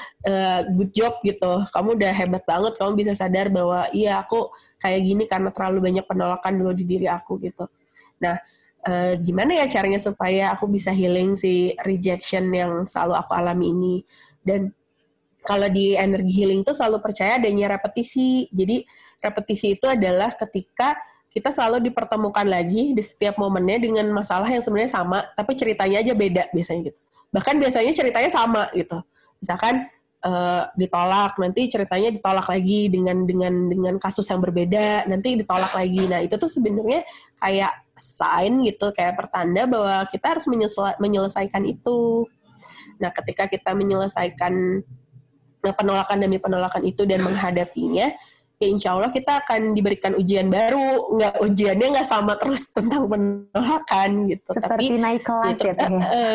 good job gitu, kamu udah hebat banget, kamu bisa sadar bahwa iya aku kayak gini karena terlalu banyak penolakan dulu di diri aku gitu. Nah, gimana ya caranya supaya aku bisa healing si rejection yang selalu aku alami ini? Dan kalau di energi healing tuh selalu percaya adanya repetisi. Jadi repetisi itu adalah ketika kita selalu dipertemukan lagi di setiap momennya dengan masalah yang sebenarnya sama, tapi ceritanya aja beda biasanya gitu. Bahkan biasanya ceritanya sama gitu. Misalkan ditolak, nanti ceritanya ditolak lagi dengan kasus yang berbeda, nanti ditolak lagi. Nah itu tuh sebenarnya kayak sign gitu, kayak pertanda bahwa kita harus menyelesaikan itu. Nah ketika kita menyelesaikan penolakan demi penolakan itu dan menghadapinya, ya insya Allah kita akan diberikan ujian baru. Ujiannya nggak sama terus tentang penolakan gitu. Seperti tapi naik kelas gitu, ya Teh.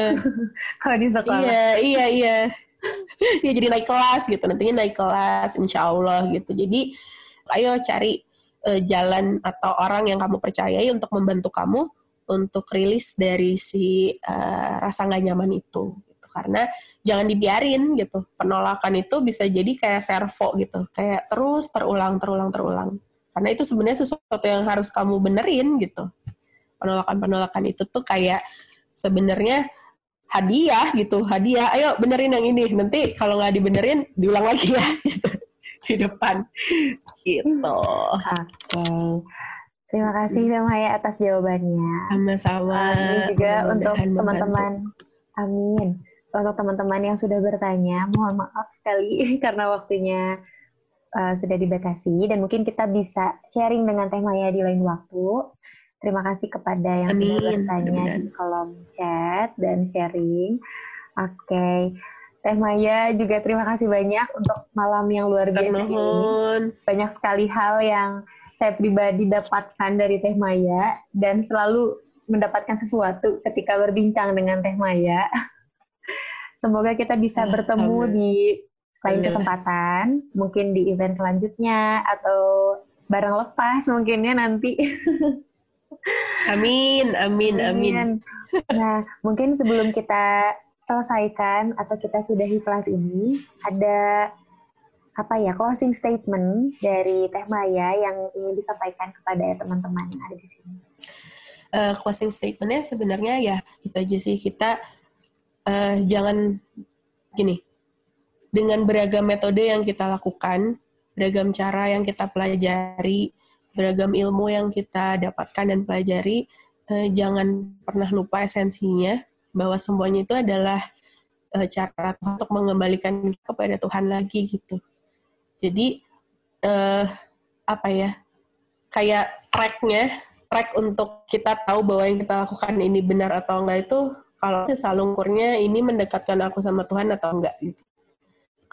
Kalau di sekolah. Iya. Ya jadi naik kelas gitu, nantinya naik kelas insya Allah gitu. Jadi ayo cari jalan atau orang yang kamu percayai untuk membantu kamu untuk rilis dari si rasa nggak nyaman itu gitu. Karena jangan dibiarin gitu, penolakan itu bisa jadi kayak servo gitu, kayak terus terulang karena itu sebenarnya sesuatu yang harus kamu benerin gitu. Penolakan itu tuh kayak sebenarnya hadiah, ayo benerin yang ini, nanti kalau nggak dibenerin diulang lagi ya gitu di depan gitu. Oke. Terima kasih Teh Maya atas jawabannya. Sama-sama. Ini juga untuk teman-teman, amin. Untuk teman-teman yang sudah bertanya, mohon maaf sekali karena waktunya sudah dibatasi dan mungkin kita bisa sharing dengan Teh Maya di lain waktu. Terima kasih kepada yang sudah bertanya di kolom chat dan sharing. Oke. Teh Maya juga terima kasih banyak untuk malam yang luar biasa ini. Banyak sekali hal yang saya pribadi dapatkan dari Teh Maya dan selalu mendapatkan sesuatu ketika berbincang dengan Teh Maya. Semoga kita bisa bertemu di lain kesempatan, mungkin di event selanjutnya atau bareng lepas mungkinnya nanti. Amin. Nah, mungkin sebelum kita selesaikan atau kita sudahi kelas ini, ada closing statement dari Teh Maya yang ingin disampaikan kepada teman-teman yang ada di sini. Closing statement-nya sebenarnya ya itu aja sih, kita jangan gini, dengan beragam metode yang kita lakukan, beragam cara yang kita pelajari, beragam ilmu yang kita dapatkan dan pelajari, jangan pernah lupa esensinya, bahwa semuanya itu adalah cara untuk mengembalikan kepada Tuhan lagi gitu. Jadi kayak track untuk kita tahu bahwa yang kita lakukan ini benar atau enggak itu, kalau selalu ukurnya ini mendekatkan aku sama Tuhan atau enggak gitu.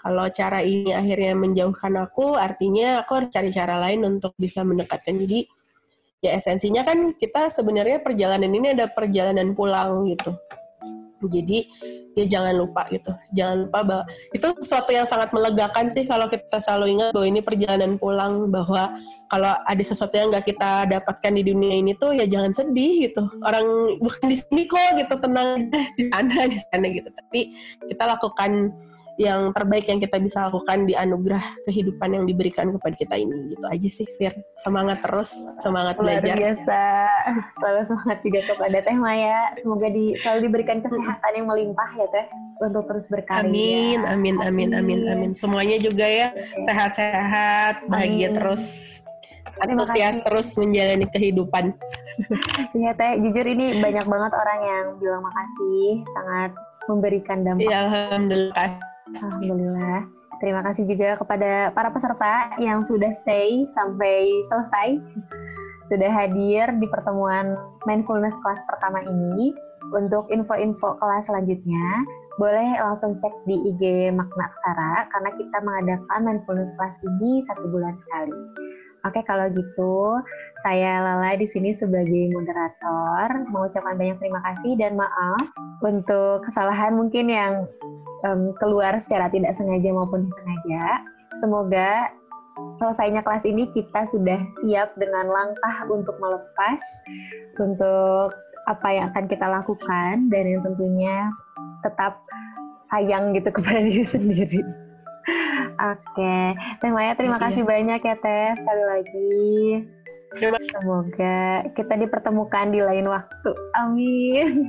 Kalau cara ini akhirnya menjauhkan aku, artinya aku harus cari cara lain untuk bisa mendekatkan. Jadi ya esensinya kan kita sebenarnya perjalanan ini ada perjalanan pulang gitu. Jadi ya jangan lupa gitu. Jangan lupa bahwa itu sesuatu yang sangat melegakan sih kalau kita selalu ingat bahwa ini perjalanan pulang, bahwa kalau ada sesuatu yang nggak kita dapatkan di dunia ini tuh ya jangan sedih gitu. Orang bukan di sini kok gitu, tenang di sana gitu. Tapi kita lakukan yang terbaik yang kita bisa lakukan di anugerah kehidupan yang diberikan kepada kita ini. Gitu aja sih, Fir. Semangat terus, semangat belajar. Luar biasa. Selalu semangat juga kepada Teh Maya. Semoga selalu diberikan kesehatan yang melimpah ya Teh, untuk terus berkarya. Amin. Semuanya juga ya, sehat-sehat, bahagia terus, antusias terus menjalani kehidupan. Iya Teh, jujur ini banyak banget orang yang bilang makasih, sangat memberikan dampak. Iya, Alhamdulillah. Terima kasih juga kepada para peserta yang sudah stay sampai selesai, sudah hadir di pertemuan Mindfulness kelas pertama ini. Untuk info-info kelas selanjutnya, boleh langsung cek di IG Makna Aksara, karena kita mengadakan Mindfulness kelas ini 1 bulan sekali. Oke, kalau gitu, saya Lala di sini sebagai moderator, mengucapkan banyak terima kasih dan maaf untuk kesalahan mungkin yang keluar secara tidak sengaja maupun disengaja. Semoga selesainya kelas ini kita sudah siap dengan langkah untuk melepas, untuk apa yang akan kita lakukan, dan yang tentunya tetap sayang gitu kepada diri sendiri. Oke, Teh Maya terima kasih banyak ya Teh, sekali lagi. Semoga kita dipertemukan di lain waktu. Amin.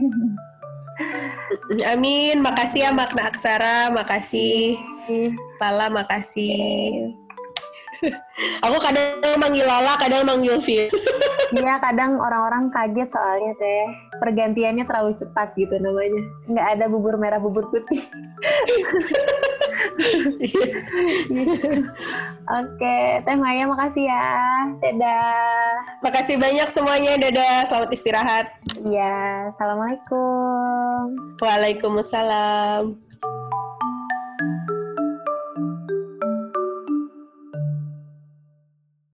Amin. Makasih ya Makna Aksara, makasih Lala, makasih. Aku kadang manggil Lala, kadang manggil Fir. Iya, kadang orang-orang kaget soalnya Teh. Pergantiannya terlalu cepat gitu namanya. Nggak ada bubur merah, bubur putih. Oke, Teh Maya makasih ya. Dadah. Makasih banyak semuanya. Dadah. Selamat istirahat. Iya, assalamualaikum. Waalaikumsalam.